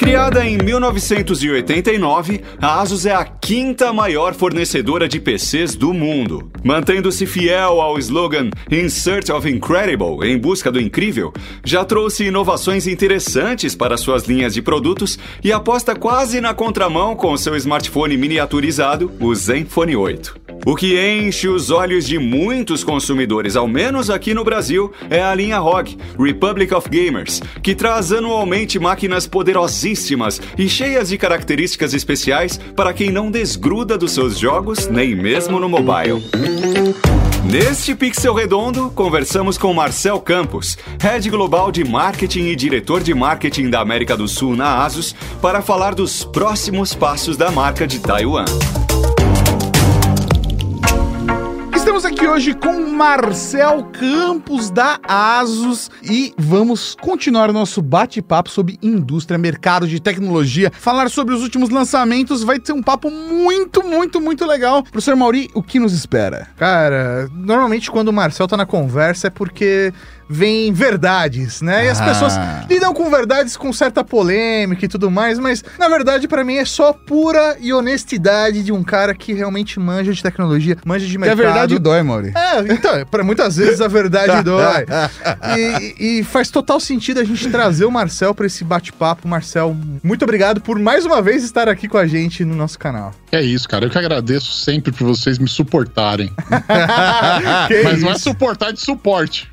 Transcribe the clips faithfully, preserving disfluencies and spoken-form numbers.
Criada em mil novecentos e oitenta e nove, a ASUS é a quinta maior fornecedora de P Cs do mundo. Mantendo-se fiel ao slogan In Search of Incredible, em busca do incrível, já trouxe inovações interessantes para suas linhas de produtos e aposta quase na contramão com seu smartphone miniaturizado, o Zenfone oito. O que enche os olhos de muitos consumidores, ao menos aqui no Brasil, é a linha R O G, Republic of Gamers, que traz anualmente máquinas poderosíssimas e cheias de características especiais para quem não desgruda dos seus jogos, nem mesmo no mobile. Neste Pixel Redondo, conversamos com Marcel Campos, Head Global de Marketing e Diretor de Marketing da América do Sul na ASUS, para falar dos próximos passos da marca de Taiwan. Estamos aqui hoje com Marcel Campos da ASUS e vamos continuar o nosso bate-papo sobre indústria, mercado de tecnologia, falar sobre os últimos lançamentos. Vai ser um papo muito, muito, muito legal. Professor Mauri, o que nos espera? Cara, normalmente quando o Marcel tá na conversa é porque vem verdades, né? E as Ah. pessoas lidam com verdades com certa polêmica e tudo mais, mas na verdade pra mim é só pura e honestidade de um cara que realmente manja de tecnologia, manja de Que a mercado. verdade dói, Mauri. É, então, pra muitas vezes a verdade dói. E, e faz total sentido a gente trazer o Marcel pra esse bate-papo. Marcel, muito obrigado por mais uma vez estar aqui com a gente no nosso canal. É isso, cara. Eu que agradeço sempre por vocês me suportarem. Que Mas não é isso? suportar de suporte.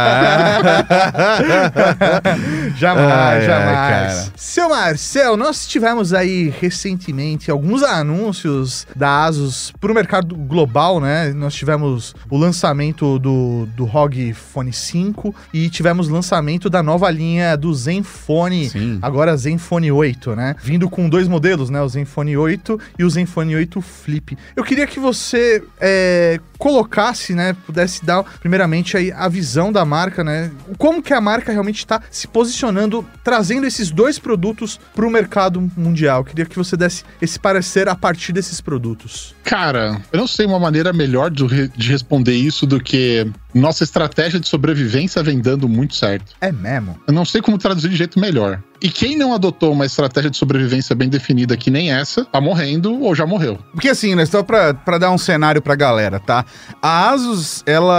Jamais, Ai, ai, jamais. cara. Seu Marcel, nós tivemos aí recentemente alguns anúncios da ASUS pro mercado global, né? Nós tivemos o lançamento do, do R O G Phone cinco e tivemos o lançamento da nova linha do Zenfone, Sim. agora Zenfone oito, né? Vindo com dois modelos, né? O Zenfone oito e o Zenfone oito Flip. Eu queria que você é, colocasse, né? Pudesse dar primeiramente aí a visão da marca, né? Como que a marca realmente está se posicionando, trazendo esses dois produtos para o mercado mundial. Eu queria que você desse esse parecer a partir desses produtos. Cara, eu não sei uma maneira melhor de, re- de responder isso do que nossa estratégia de sobrevivência vem dando muito certo. É mesmo? Eu não sei como traduzir de jeito melhor. E quem não adotou uma estratégia de sobrevivência bem definida que nem essa, tá morrendo ou já morreu. Porque assim, né, só pra, pra dar um cenário pra galera, tá? A ASUS,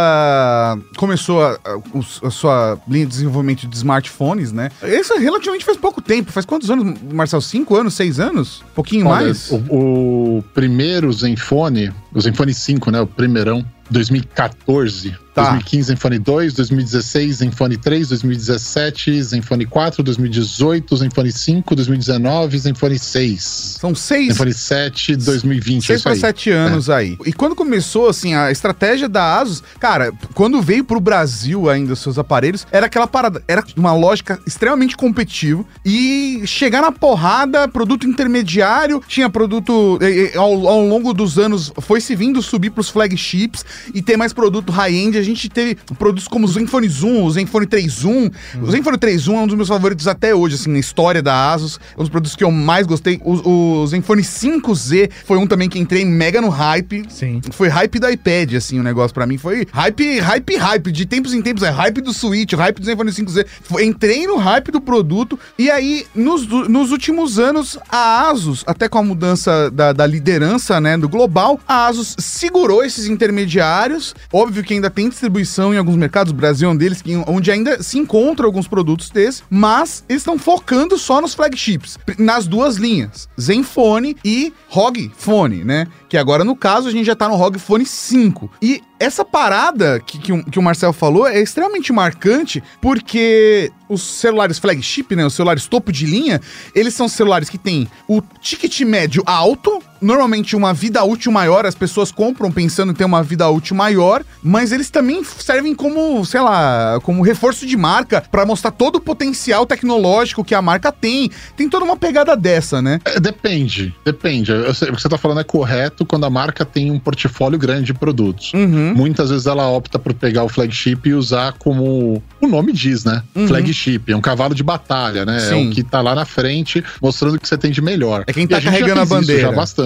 ela começou a, a, a sua linha de desenvolvimento de smartphones, né? Isso relativamente faz pouco tempo. Faz quantos anos, Marcel? Cinco anos? Seis anos? Um pouquinho Olha, mais? O, o primeiro Zenfone, o Zenfone cinco, né? O primeirão, dois mil e quatorze. Tá. dois mil e quinze, Zenfone dois, dois mil e dezesseis, Zenfone três, dois mil e dezessete, Zenfone quatro, dois mil e dezoito, Zenfone cinco, dois mil e dezenove, Zenfone seis. São seis... Zenfone sete, dois mil e vinte, é Seis isso para aí. sete anos aí. E quando começou, assim, a estratégia da ASUS, cara, quando veio pro Brasil ainda os seus aparelhos, era aquela parada, era uma lógica extremamente competitiva e chegar na porrada, produto intermediário, tinha produto, eh, eh, ao, ao longo dos anos, foi se vindo subir pros flagships e ter mais produto high-end. A gente teve produtos como o Zenfone Zoom, o Zenfone três Zoom. O Zenfone três Zoom é um dos meus favoritos até hoje, assim, na história da ASUS. É um dos produtos que eu mais gostei. O, o Zenfone cinco Z foi um também que entrei mega no hype. Sim. Foi hype do iPad, assim, o negócio pra mim. Foi hype, hype, hype. De tempos em tempos, é hype do Switch, hype do Zenfone cinco Z. Foi- entrei no hype do produto. E aí, nos, nos últimos anos, a ASUS, até com a mudança da, da liderança, né, do global, a ASUS segurou esses intermediários. Óbvio que ainda tem distribuição em alguns mercados, o Brasil é um deles, que- onde ainda se encontram alguns produtos desses, mas eles estão focando só nos flagships, nas duas linhas, Zenfone e R O G Phone, né? Que agora, no caso, a gente já tá no R O G Phone cinco. E essa parada que, que, o, que o Marcel falou é extremamente marcante, porque os celulares flagship, né, os celulares topo de linha, eles são celulares que têm o ticket médio alto, normalmente uma vida útil maior, as pessoas compram pensando em ter uma vida útil maior, mas eles também servem como, sei lá, como reforço de marca pra mostrar todo o potencial tecnológico que a marca tem. Tem toda uma pegada dessa, né? É, depende, depende. Eu sei, o que você tá falando é correto quando a marca tem um portfólio grande de produtos. Uhum. Muitas vezes ela opta por pegar o flagship e usar como o nome diz, né? Uhum. Flagship, é um cavalo de batalha, né? Sim. É o que tá lá na frente mostrando o que você tem de melhor. É quem E tá a gente já carregando a fez isso bandeira. já bastante.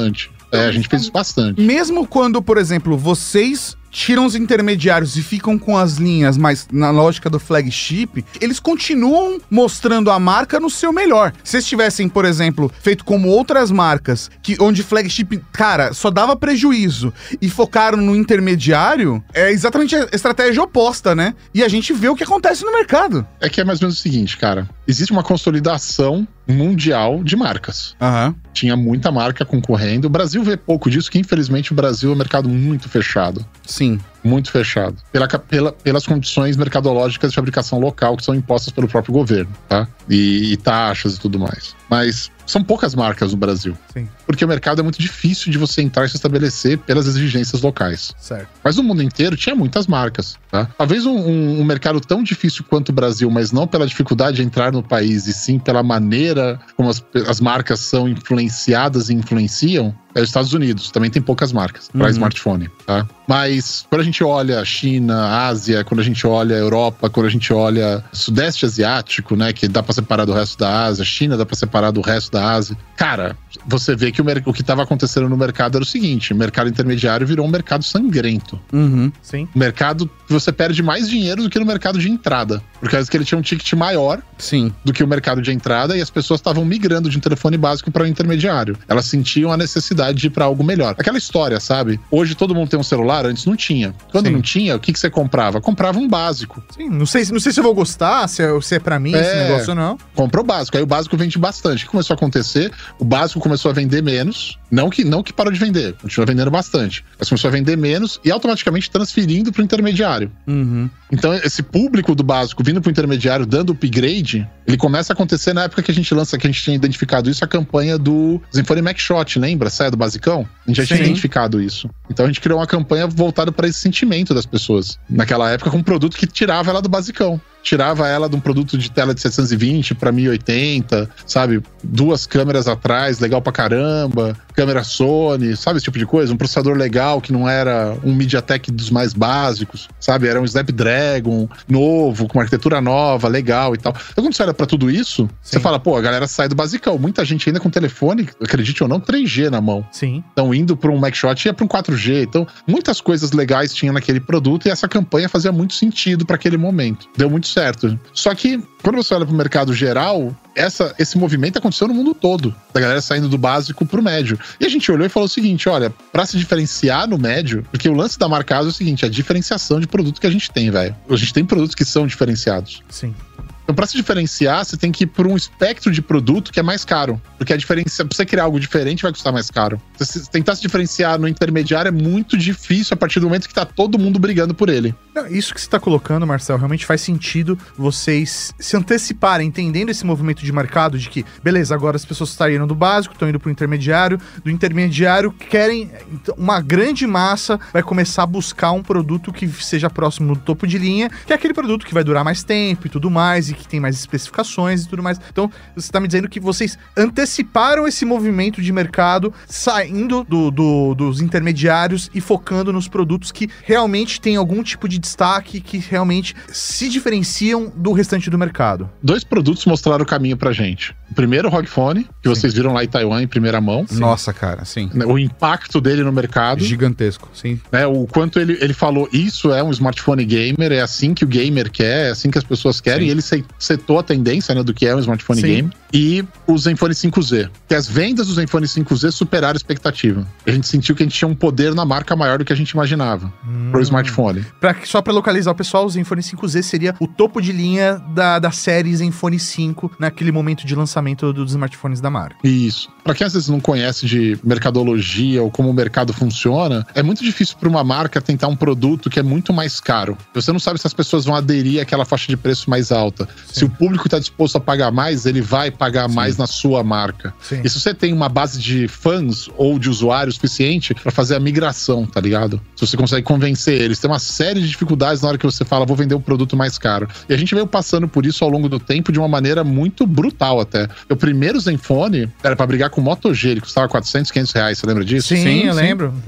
É, a gente fez isso bastante. Mesmo quando, por exemplo, vocês tiram os intermediários e ficam com as linhas, mas na lógica do flagship, eles continuam mostrando a marca no seu melhor. Se eles tivessem, por exemplo, feito como outras marcas, que onde flagship, cara, só dava prejuízo e focaram no intermediário, é exatamente a estratégia oposta, né? E a gente vê o que acontece no mercado. É que é mais ou menos o seguinte, cara. Existe uma consolidação mundial de marcas. Aham. Tinha muita marca concorrendo. O Brasil vê pouco disso, que infelizmente o Brasil é um mercado muito fechado. Sim. Muito fechado. Pela, pela, pelas condições mercadológicas de fabricação local que são impostas pelo próprio governo, tá? E, e taxas e tudo mais. Mas são poucas marcas no Brasil. Sim. Porque o mercado é muito difícil de você entrar e se estabelecer pelas exigências locais. Certo. Mas no mundo inteiro tinha muitas marcas, tá? Talvez um, um, um mercado tão difícil quanto o Brasil, mas não pela dificuldade de entrar no país, e sim pela maneira como as, as marcas são influenciadas e influenciam, é os Estados Unidos. Também tem poucas marcas para Uhum. smartphone, tá? Mas quando a gente olha China, Ásia, quando a gente olha Europa, quando a gente olha Sudeste Asiático, né, que dá para separar do resto da Ásia, China dá para separar do resto da Ásia, cara, você vê que o, o que estava acontecendo no mercado era o seguinte: o mercado intermediário virou um mercado sangrento. Uhum. Sim. Um mercado que você perde mais dinheiro do que no mercado de entrada, por causa que ele tinha um ticket maior Sim. do que o mercado de entrada, e as pessoas estavam migrando de um telefone básico para um intermediário. Elas sentiam a necessidade de ir para algo melhor. Aquela história, sabe? Hoje todo mundo tem um celular, antes não tinha. Quando Sim. não tinha, o que, que você comprava? Comprava um básico. Sim, não sei, não sei se eu vou gostar, se é, se é pra mim É. esse negócio ou não. Comprou o básico. Aí o básico vende bastante. O que começou a acontecer? O básico começou a vender menos. Não que, não que parou de vender, continua vendendo bastante. Mas começou a vender menos e automaticamente transferindo para o intermediário. Uhum. Então, esse público do básico vindo para o intermediário, dando upgrade, ele começa a acontecer na época que a gente lança, que a gente tinha identificado isso, a campanha do Zenfone Max Shot, lembra? Saia do basicão? A gente já tinha Sim. identificado isso. Então, a gente criou uma campanha voltada para esse sentimento das pessoas. Naquela época, com um produto que tirava ela do basicão. Tirava ela de um produto de tela de setecentos e vinte para mil e oitenta, sabe? Duas câmeras atrás, legal pra caramba. Câmera Sony, sabe esse tipo de coisa? Um processador legal que não era um MediaTek dos mais básicos, sabe? Era um Snapdragon novo, com uma arquitetura nova, legal e tal. Então, quando você olha pra tudo isso, Sim. você fala, pô, a galera sai do basicão. Muita gente ainda com telefone, acredite ou não, três G na mão. Sim. Então, indo para um Max Shot, ia para um quatro G. Então, muitas coisas legais tinha naquele produto e essa campanha fazia muito sentido para aquele momento. Deu muito certo. Só que, quando você olha para o mercado geral, essa, esse movimento aconteceu no mundo todo, da galera saindo do básico pro médio. E a gente olhou e falou o seguinte, olha, para se diferenciar no médio, porque o lance da marca Asus é o seguinte, a diferenciação de produto que a gente tem, velho. A gente tem produtos que são diferenciados. Sim. Então, para se diferenciar, você tem que ir por um espectro de produto que é mais caro. Porque a diferença, pra você criar algo diferente, vai custar mais caro. Você tentar se diferenciar no intermediário é muito difícil a partir do momento que tá todo mundo brigando por ele. Não, isso que você tá colocando, Marcel, realmente faz sentido vocês se anteciparem, entendendo esse movimento de mercado de que, beleza, agora as pessoas saíram do básico, estão indo pro intermediário, do intermediário querem, então, uma grande massa vai começar a buscar um produto que seja próximo do topo de linha, que é aquele produto que vai durar mais tempo e tudo mais, e que tem mais especificações e tudo mais. Então, você tá me dizendo que vocês anteciparam esse movimento de mercado, saindo do, do, dos intermediários e focando nos produtos que realmente têm algum tipo de destaque, que realmente se diferenciam do restante do mercado. Dois produtos mostraram o caminho pra gente. O primeiro, o ROG Phone, que Sim. vocês viram lá em Taiwan em primeira mão. Nossa, cara, sim. Né, o impacto dele no mercado. Gigantesco, sim. Né, o quanto ele, ele falou, isso é um smartphone gamer, é assim que o gamer quer, é assim que as pessoas querem. Sim. E ele se- setou a tendência, né, do que é um smartphone Sim. gamer. E o Zenfone cinco Z. Que as vendas do Zenfone cinco Z superaram a expectativa. A gente sentiu que a gente tinha um poder na marca maior do que a gente imaginava Hum. pro smartphone. Pra, só pra localizar o pessoal, o Zenfone cinco Z seria o topo de linha da, da série Zenfone cinco naquele momento de lançamento dos smartphones da marca. Isso. Pra quem às vezes não conhece de mercadologia ou como o mercado funciona, é muito difícil pra uma marca tentar um produto que é muito mais caro. Você não sabe se as pessoas vão aderir àquela faixa de preço mais alta. Se o público tá disposto a pagar mais, ele vai pagar Sim. mais na sua marca. Sim. E se você tem uma base de fãs ou de usuários suficiente pra fazer a migração, tá ligado? Se você consegue convencer eles, tem uma série de dificuldades na hora que você fala, vou vender um produto mais caro. E a gente veio passando por isso ao longo do tempo de uma maneira muito brutal até. O primeiro Zenfone era pra brigar com o Moto G, ele custava quatrocentos, quinhentos reais, você lembra disso? Sim, Sim, eu sim. lembro. Uhum.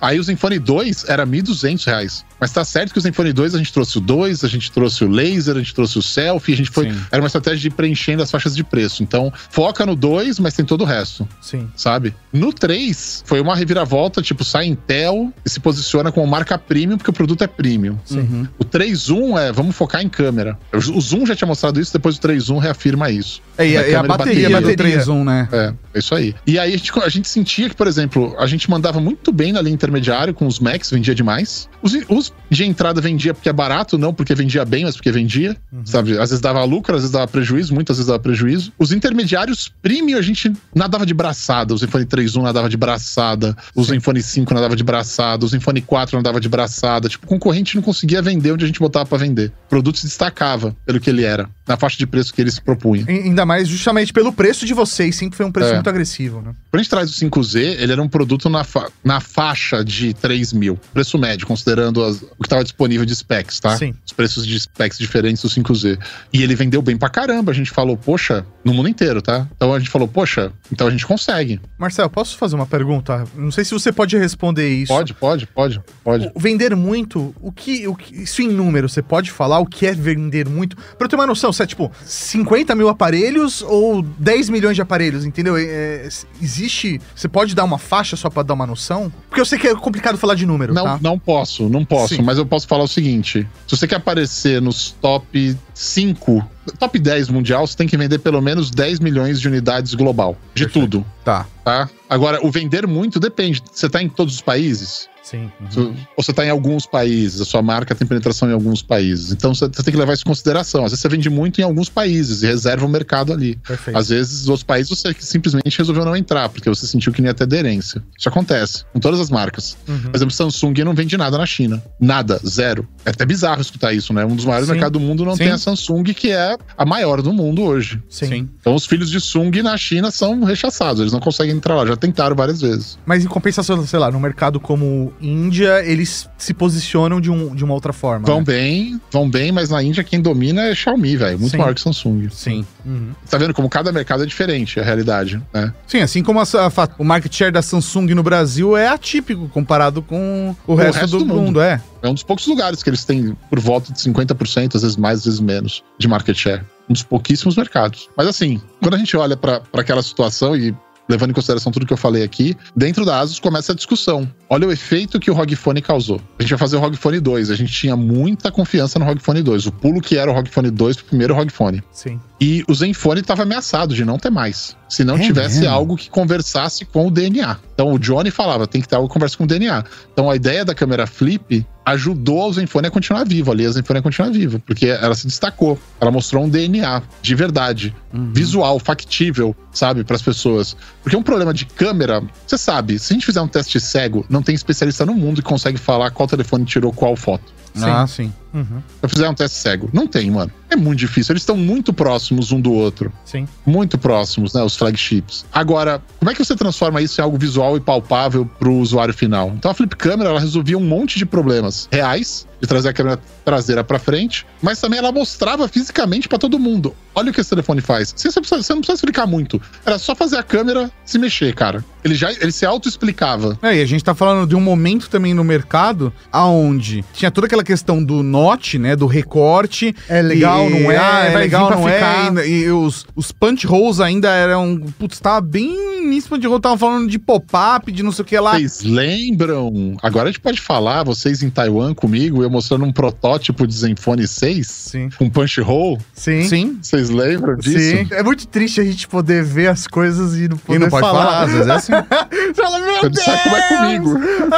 Aí o Zenfone dois era mil e duzentos reais. Mas tá certo que o Zenfone dois a gente trouxe o dois, a gente trouxe o laser, a gente trouxe o selfie, a gente foi... Sim. Era uma estratégia de ir preenchendo as faixas de preço. Então, foca no dois, mas tem todo o resto. Sim. Sabe? No três, foi uma reviravolta, tipo, sai Intel e se posiciona como marca premium, porque o produto é premium. Sim. O três ponto um é, vamos focar em câmera. O Zoom já tinha mostrado isso, depois o três ponto um reafirma isso. É, e a, e a bateria, bateria do três ponto um, né? É, é isso aí. E aí a gente, a gente sentia que, por exemplo, a gente mandava muito bem na linha intermediária com os Macs, vendia demais. Os, os de entrada vendia porque é barato, não porque vendia bem, mas porque vendia, uhum. sabe? Às vezes dava lucro, às vezes dava prejuízo, muitas vezes dava prejuízo. Os intermediários premium a gente nadava de braçada. O Zenfone três ponto um nadava de braçada, o Zenfone cinco nadava de braçada, o Zenfone quatro nadava de braçada. Tipo, o concorrente não conseguia vender onde a gente botava pra vender. O produto se destacava pelo que ele era, na faixa de preço que ele se propunha. Ainda mais justamente pelo preço de vocês, sempre foi um preço é. muito agressivo, né? Quando a gente traz o cinco Z, ele era um produto na, fa na faixa de três mil. Preço médio, considerando as, o que estava disponível de specs, tá? Sim. Os preços de specs diferentes do cinco Z. E ele vendeu bem pra caramba. A gente falou, poxa, no mundo inteiro, tá? Então a gente falou, poxa, então a gente consegue. Marcelo, posso fazer uma pergunta? Não sei se você pode responder isso. Pode, pode, pode, pode. O, vender muito, o que, o que... Isso em número, você pode falar o que é vender muito? Pra eu ter uma noção, se é tipo cinquenta mil aparelhos ou dez milhões de aparelhos, entendeu? É, existe... Você pode dar uma faixa só pra dar uma noção? Porque eu sei que é complicado falar de número, não, tá? Não posso, não posso. Sim. Mas eu posso falar o seguinte. Se você quer aparecer nos top cinco, top dez mundial, você tem que vender pelo menos dez milhões de unidades global. De Perfeito. Tudo. Tá. Tá? Agora, o vender muito depende. Você tá em todos os países? Sim. Uhum. Ou você tá em alguns países, a sua marca tem penetração em alguns países. Então você tem que levar isso em consideração. Às vezes você vende muito em alguns países e reserva o mercado ali. Perfeito. Às vezes, os outros países você simplesmente resolveu não entrar, porque você sentiu que não ia ter aderência. Isso acontece com todas as marcas. Uhum. Por exemplo, Samsung não vende nada na China. Nada, zero. É até bizarro escutar isso, né? Um dos maiores Sim. mercados do mundo não Sim. tem a Samsung, que é a maior do mundo hoje. Sim. Então os filhos de Sung na China são rechaçados, eles não conseguem entrar lá. Já tentaram várias vezes. Mas em compensação, sei lá, no mercado como Índia, eles se posicionam de, um, de uma outra forma. Vão né? bem, vão bem, mas na Índia quem domina é Xiaomi, velho. Muito Sim. maior que Samsung. Sim. Uhum. Tá vendo como cada mercado é diferente, a realidade, né? Sim, assim como a, a, o market share da Samsung no Brasil é atípico comparado com o, o resto, resto do, do mundo. mundo, é. É um dos poucos lugares que eles têm por volta de cinquenta por cento, às vezes mais, às vezes menos, de market share. Um dos pouquíssimos mercados. Mas assim, quando a gente olha pra, pra aquela situação e levando em consideração tudo que eu falei aqui, dentro da Asus começa a discussão. Olha o efeito que o R O G Phone causou. A gente vai fazer o R O G Phone dois. A gente tinha muita confiança no R O G Phone dois. O pulo que era o R O G Phone dois pro primeiro R O G Phone. Sim. E o Zenfone estava ameaçado de não ter mais. Se não é tivesse mesmo? algo que conversasse com o D N A. Então o Johnny falava, tem que ter algo que converse com o D N A. Então a ideia da câmera flip ajudou o Zenfone a continuar vivo. Ali a Zenfone a continuar viva, porque ela se destacou. Ela mostrou um D N A de verdade, uhum. visual, factível, sabe, para as pessoas. Porque um problema de câmera, você sabe, se a gente fizer um teste cego, não tem especialista no mundo que consegue falar qual telefone tirou qual foto. Sim. Ah, sim. Uhum. Eu fizer um teste cego. Não tem, mano. É muito difícil. Eles estão muito próximos um do outro. Sim. Muito próximos, né? Os flagships. Agora, como é que você transforma isso em algo visual e palpável pro usuário final? Então a Flip Camera, ela resolvia um monte de problemas reais, de trazer a câmera traseira pra frente, mas também ela mostrava fisicamente pra todo mundo. Olha o que esse telefone faz. Você, precisa, você não precisa explicar muito. Era só fazer a câmera se mexer, cara. Ele já ele se auto-explicava. É, e a gente tá falando de um momento também no mercado aonde tinha toda aquela questão do notch, né, do recorte. É legal, e, não é? Ah, é vai legal, não ficar. é? E, e os, os punch holes ainda eram... Putz, tava bem nisso punch hole, tava falando de pop-up, de não sei o que lá. Vocês lembram? Agora a gente pode falar, vocês em Taiwan comigo, eu mostrando um protótipo de Zenfone seis? Sim. Com punch hole? Sim. Sim. Vocês lembram disso? Sim. É muito triste a gente poder ver as coisas e não poder e não pode falar. falar, às vezes é assim. Você fala, meu Deus! Sabe como é comigo?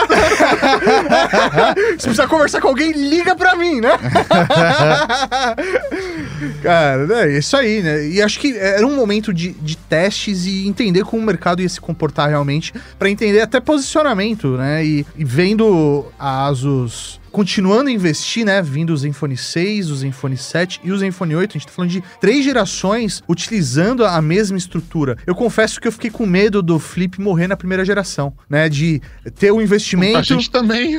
Se precisar conversar com alguém, liga pra mim, né? Cara, é isso aí, né? E acho que era um momento de, de testes e entender como o mercado ia se comportar realmente, pra entender até posicionamento, né? E, e vendo a Asus continuando a investir, né? Vindo o Zenfone seis, o Zenfone sete e o Zenfone oito. A gente tá falando de três gerações utilizando a mesma estrutura. Eu confesso que eu fiquei com medo do Flip morrer na primeira geração, né? De ter o investimento... A gente também.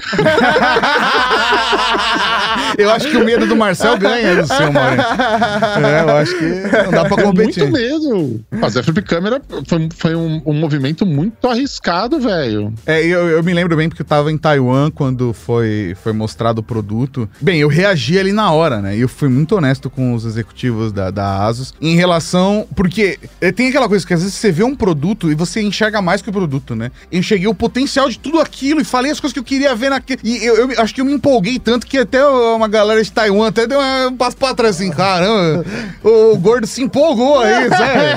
Eu acho que o medo do Marcel ganha do seu, Maurício. É, eu acho que não dá pra competir. Muito medo. Fazer flip câmera foi, foi um, um movimento muito arriscado, velho. É, eu, eu me lembro bem porque eu tava em Taiwan quando foi, foi mostrado o produto. Bem, eu reagi ali na hora, né? E eu fui muito honesto com os executivos da, da ASUS em relação... Porque tem aquela coisa que às vezes você vê um produto e você enxerga mais que o produto, né? Eu enxerguei o potencial de tudo aquilo e falei as coisas que eu queria ver naquele... E eu, eu acho que eu me empolguei tanto que até uma galera de Taiwan até deu um passo pra trás assim, caramba, o gordo se empolgou aí, sério.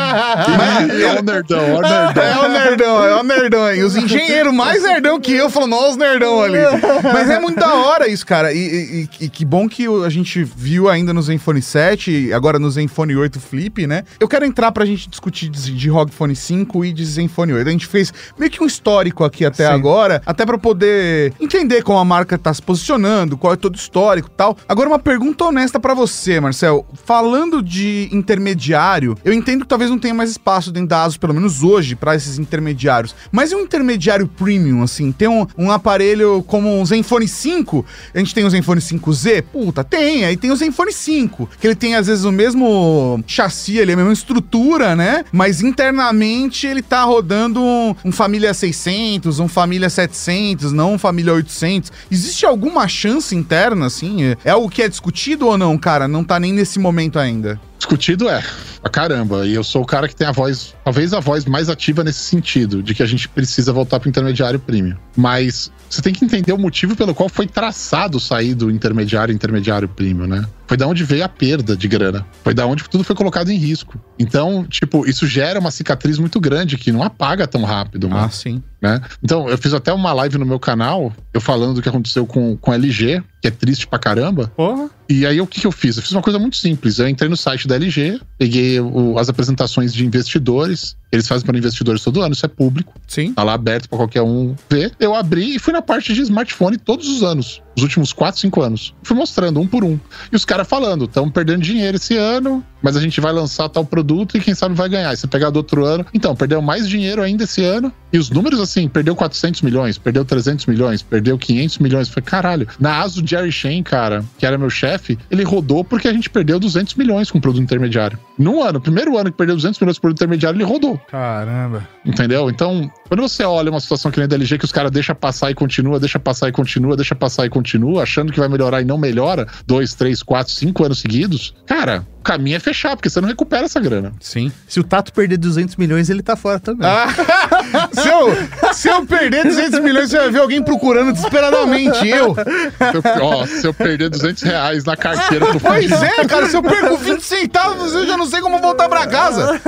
Mas, é o nerdão, é o nerdão. É o nerdão, é o nerdão. E os engenheiros mais nerdão que eu falam, nossa, os nerdão ali. Mas é muito da hora isso, cara. E, e, e que bom que a gente viu ainda no Zenfone sete, agora no Zenfone oito Flip, né? Eu quero entrar pra gente discutir de, de ROG Phone cinco e de Zenfone oito. A gente fez meio que um histórico aqui até Sim. agora, até pra poder entender como a marca tá se posicionando, qual é todo o histórico e tal. Agora uma pergunta honesta pra você, Marcel. Falando de intermediário, eu entendo que talvez não tenha mais espaço dentro da ASUS, pelo menos hoje, pra esses intermediários. Mas e um intermediário premium, assim? Tem um, um aparelho como o Zenfone cinco? A gente tem o Zenfone cinco Z? Puta, tem. Aí tem o Zenfone cinco, que ele tem às vezes o mesmo chassi, ele é a mesma estrutura, né? Mas internamente ele tá rodando um, um Família seiscentos, um Família setecentos, não um Família oitocentos. Existe alguma chance interna, assim? É algo que é discutido ou não, cara? Não tá nem nesse momento ainda. Discutido é, pra caramba. E eu sou o cara que tem a voz, talvez a voz mais ativa nesse sentido, de que a gente precisa voltar pro intermediário premium. Mas você tem que entender o motivo pelo qual foi traçado sair do intermediário intermediário premium, né? Foi da onde veio a perda de grana. Foi da onde tudo foi colocado em risco. Então, tipo, isso gera uma cicatriz muito grande que não apaga tão rápido, mano. Ah, sim. Né? Então, eu fiz até uma live no meu canal, eu falando do que aconteceu com, com a L G, que é triste pra caramba. Porra. E aí, o que, que eu fiz? Eu fiz uma coisa muito simples. Eu entrei no site da L G, peguei o, as apresentações de investidores. Eles fazem para investidores todo ano, isso é público. Sim. Tá lá aberto pra qualquer um ver. Eu abri e fui na parte de smartphone todos os anos. Os últimos quatro, cinco anos. Fui mostrando um por um. E os caras falando, estamos perdendo dinheiro esse ano, mas a gente vai lançar tal produto e quem sabe vai ganhar. E você pegar do outro ano, então, perdeu mais dinheiro ainda esse ano. E os números, assim, perdeu quatrocentos milhões, perdeu trezentos milhões, perdeu quinhentos milhões. Foi caralho. Na ASUS, o Jerry Shen, cara, que era meu chefe, ele rodou porque a gente perdeu duzentos milhões com o produto intermediário. Num ano, primeiro ano que perdeu duzentos milhões com o produto intermediário, ele rodou. Caramba. Entendeu? Então, quando você olha uma situação que nem a da L G, que os caras deixam passar e continua, deixa passar e continua, deixa passar e continua, achando que vai melhorar e não melhora, dois, três, quatro, cinco anos seguidos, cara, o caminho é fechar, porque você não recupera essa grana. Sim. Se o Tato perder duzentos milhões, ele tá fora também. Ah, se, eu, se eu perder duzentos milhões, você vai ver alguém procurando desesperadamente, eu. Se eu, ó, se eu perder duzentos reais na carteira do Pois é, cara, se eu perco vinte centavos, eu já não sei como voltar pra casa.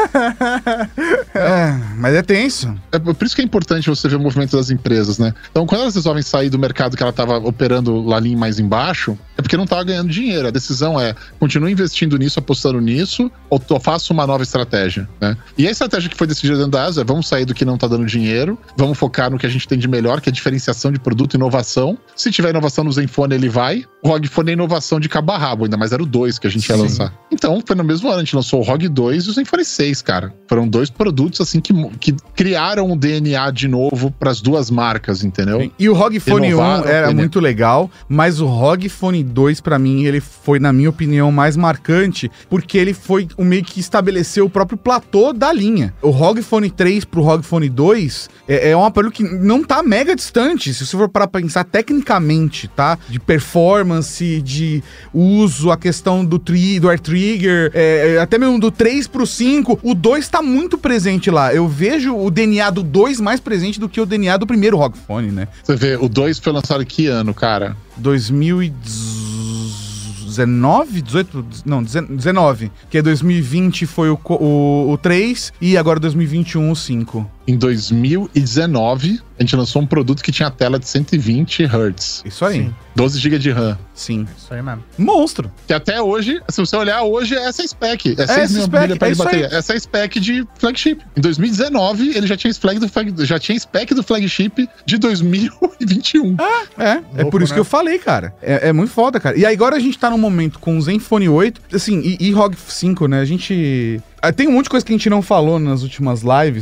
É, mas é tenso. É por isso que é importante você ver o movimento das empresas, né? Então, quando elas resolvem sair do mercado que ela tava operando lá ali mais embaixo, é porque não tava ganhando dinheiro. A decisão é, continue investindo nisso, apostando nisso, ou faço uma nova estratégia, né? E a estratégia que foi decidida dentro da ASUS é, vamos sair do que não tá dando dinheiro, vamos focar no que a gente tem de melhor, que é diferenciação de produto e inovação. Se tiver inovação no Zenfone, ele vai. O ROG Phone é inovação de cabo a rabo, ainda mais era o dois que a gente ia Sim. lançar. Então, foi no mesmo ano, a gente lançou o ROG dois e o Zenfone seis, cara. Foram dois produtos, assim, que, que criaram o D N A de novo pras duas marcas, entendeu? Sim. E o ROG Phone um era muito legal, mas o ROG Phone dois, pra mim, ele foi, na minha opinião, mais marcante, porque ele foi o meio que estabeleceu o próprio platô da linha. O ROG Phone três pro ROG Phone dois é, é um aparelho que não tá mega distante, se você for para pensar tecnicamente, tá? De performance, de uso, a questão do, tri, do Air Trigger, é, até mesmo do três pro cinco, o dois tá muito presente lá. Eu vejo o D N A do dois mais presente do que o D N A do primeiro ROG Phone, né? Você vê, o dois foi lançado que ano, cara? dois mil e dezenove, dezoito, não, dezenove, que é dois mil e vinte foi o, o, o três e agora dois mil e vinte e um o cinco. Em dois mil e dezenove, a gente lançou um produto que tinha tela de cento e vinte hertz. Isso aí. Sim. doze gigas de RAM. Sim. Isso aí mesmo. Monstro. Que até hoje, se você olhar hoje, é essa spec. É seis mil miliampères de bateria. Essa é spec de flagship. Em dois mil e dezenove, ele já tinha, flag do flag, já tinha spec do flagship de dois mil e vinte e um. Ah, é. Louco, é por isso, né, que eu falei, cara. É, é muito foda, cara. E agora a gente tá num momento com o Zenfone oito, assim, e, e ROG cinco, né? A gente... Tem um monte de coisa que a gente não falou nas últimas lives,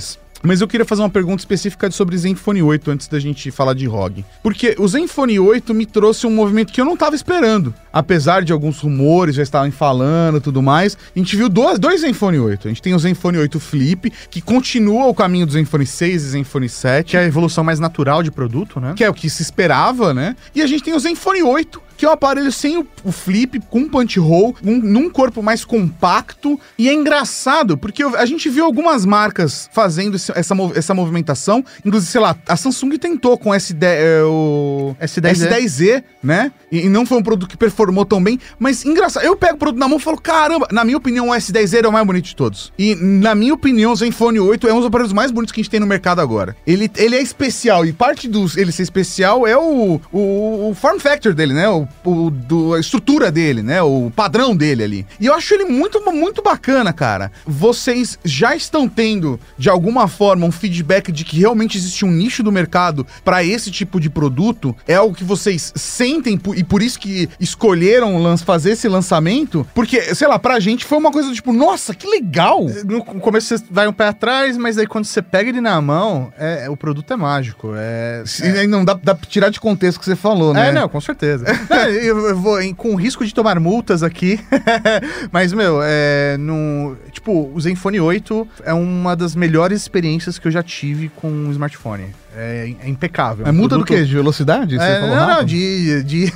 Mas eu queria fazer uma pergunta específica sobre Zenfone oito antes da gente falar de R O G. Porque o Zenfone oito me trouxe um movimento que eu não tava esperando. Apesar de alguns rumores já estavam falando e tudo mais, a gente viu dois, dois Zenfone oito. A gente tem o Zenfone oito Flip, que continua o caminho do Zenfone seis e Zenfone sete. Que é a evolução mais natural de produto, né? Que é o que se esperava, né? E a gente tem o Zenfone oito, que é um aparelho sem o, o flip, com punch hole, um, num corpo mais compacto. E é engraçado, porque eu, a gente viu algumas marcas fazendo esse, essa, essa movimentação. Inclusive, sei lá, a Samsung tentou com S dez, é, o S dez Z, né? E, e não foi um produto que performou tão bem. Mas engraçado, eu pego o produto na mão e falo, caramba, na minha opinião, o S dez Z é o mais bonito de todos. E na minha opinião, o Zenfone oito é um dos aparelhos mais bonitos que a gente tem no mercado agora. Ele, ele é especial, e parte do ele ser especial é o, o, o form factor dele, né? O O, do, a estrutura dele, né? O padrão dele ali. E eu acho ele muito, muito bacana, cara. Vocês já estão tendo, de alguma forma, um feedback de que realmente existe um nicho do mercado para esse tipo de produto? É algo que vocês sentem e por isso que escolheram fazer esse lançamento? Porque, sei lá, pra gente foi uma coisa do tipo, nossa, que legal! No começo você vai um pé atrás, mas aí quando você pega ele na mão, é, o produto é mágico. É, é... Não dá, dá pra tirar de contexto o que você falou, né? É, não, com certeza. Eu vou em, com risco de tomar multas aqui, mas, meu, é, no, tipo, o Zenfone oito é uma das melhores experiências que eu já tive com um smartphone. É, é impecável. É multa produto... do quê? De velocidade? Você é, falou não, rápido? não, de, de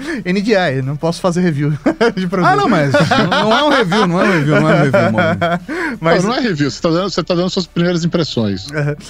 N D I. Não posso fazer review de produto. Ah, não, mas não é um review, não é um review, não é um review, mano. Mas não, não é review, você tá dando, você tá dando suas primeiras impressões.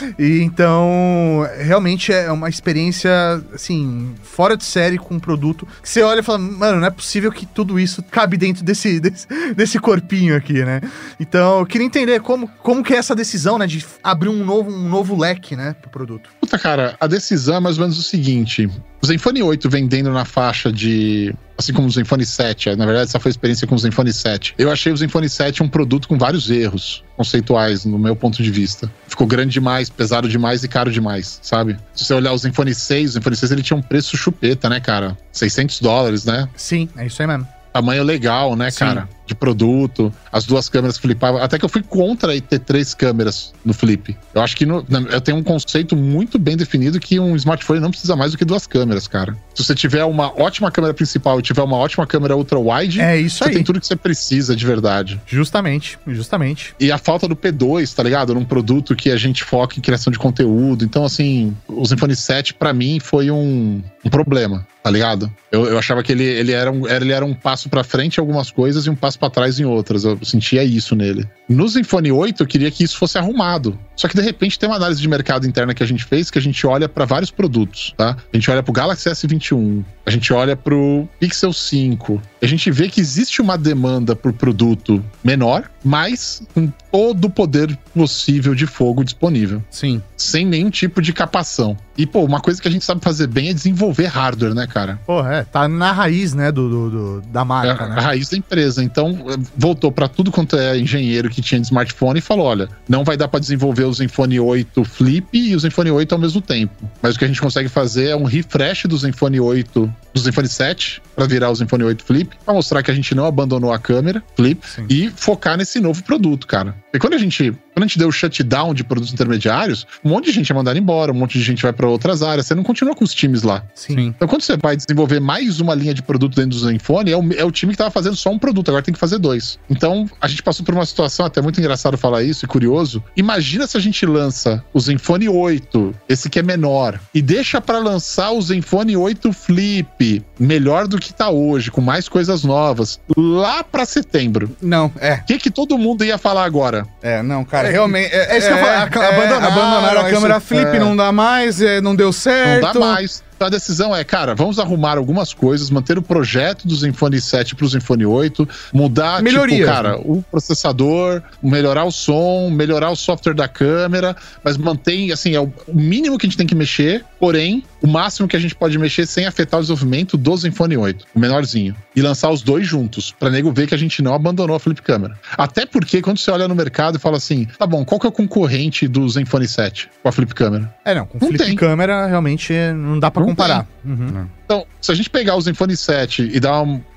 E então, realmente é uma experiência, assim, fora de série com um produto que você olha e fala, mano, não é possível que tudo isso cabe dentro desse, desse, desse corpinho aqui, né? Então, eu queria entender como, como que é essa decisão, né, de abrir um novo, um novo leque, né, pro produto. Puta, cara, a decisão é mais ou menos o seguinte: o Zenfone oito vendendo na faixa de... Assim como o Zenfone sete, na verdade essa foi a experiência com o Zenfone sete. Eu achei o Zenfone sete um produto com vários erros conceituais, no meu ponto de vista. Ficou grande demais, pesado demais e caro demais, sabe? Se você olhar o Zenfone seis, o Zenfone seis ele tinha um preço chupeta, né, cara? seiscentos dólares, né? Sim, é isso aí mesmo. Tamanho legal, né, Sim. cara? De produto, as duas câmeras flipavam. Até que eu fui contra ter três câmeras no flip. Eu acho que no, eu tenho um conceito muito bem definido que um smartphone não precisa mais do que duas câmeras, cara. Se você tiver uma ótima câmera principal e tiver uma ótima câmera ultra-wide, é isso você aí. tem tudo que você precisa de verdade. Justamente, justamente. E a falta do P dois, tá ligado? Num produto que a gente foca em criação de conteúdo. Então, assim, o Zenfone sete, pra mim, foi um, um problema, tá ligado? Eu, eu achava que ele, ele, era um, ele era um passo pra frente em algumas coisas e um passo pra trás em outras. Eu sentia isso nele. No Zenfone oito, eu queria que isso fosse arrumado. Só que, de repente, tem uma análise de mercado interna que a gente fez, que a gente olha pra vários produtos, tá? A gente olha pro Galaxy S vinte e um, a gente olha pro Pixel cinco, a gente vê que existe uma demanda por produto menor, mas com todo o poder possível de fogo disponível. Sim. Sem nenhum tipo de capação. E, pô, uma coisa que a gente sabe fazer bem é desenvolver hardware, né, cara? Porra, é, tá na raiz, né, do, do, do da marca, é, né? A raiz da empresa. Então, voltou pra tudo quanto é engenheiro que tinha de smartphone e falou, olha, não vai dar pra desenvolver o Zenfone oito Flip e o Zenfone oito ao mesmo tempo. Mas o que a gente consegue fazer é um refresh do Zenfone oito, do Zenfone sete, pra virar o Zenfone oito Flip, pra mostrar que a gente não abandonou a câmera Flip. Sim. E focar nesse novo produto, cara. E quando a gente, quando a gente deu o shutdown de produtos intermediários, um monte de gente é mandado embora, um monte de gente vai pra outras áreas, você não continua com os times lá. Sim. Então quando você vai desenvolver mais uma linha de produto dentro do Zenfone, é o, é o time que tava fazendo só um produto, agora tem que fazer dois. Então a gente passou por uma situação até muito engraçado falar isso e curioso. Imagina se a gente lança o Zenfone oito, esse que é menor, e deixa pra lançar o Zenfone oito Flip, melhor do que tá hoje, com mais coisas novas, lá pra setembro. Não, é. O que que todo mundo ia falar agora? É, não, cara, é, realmente... É, é isso que eu falo, é, abandonaram, abandonaram a câmera Flip, é. Não dá mais, é, não deu certo. Não dá mais. Então a decisão é, cara, vamos arrumar algumas coisas, manter o projeto do Zenfone sete pro Zenfone oito, mudar, melhoria, tipo, cara, o processador, melhorar o som, melhorar o software da câmera, mas mantém, assim, é o mínimo que a gente tem que mexer, porém, o máximo que a gente pode mexer sem afetar o desenvolvimento do Zenfone oito, o menorzinho, e lançar os dois juntos, pra nego ver que a gente não abandonou a Flip Câmera. Até porque, quando você olha no mercado e fala assim, tá bom, qual que é o concorrente do Zenfone sete com a Flip Câmera? É, não, com não Flip tem. Câmera realmente não dá pra não comparar. Uhum. Então, se a gente pegar o Zenfone sete e dar um,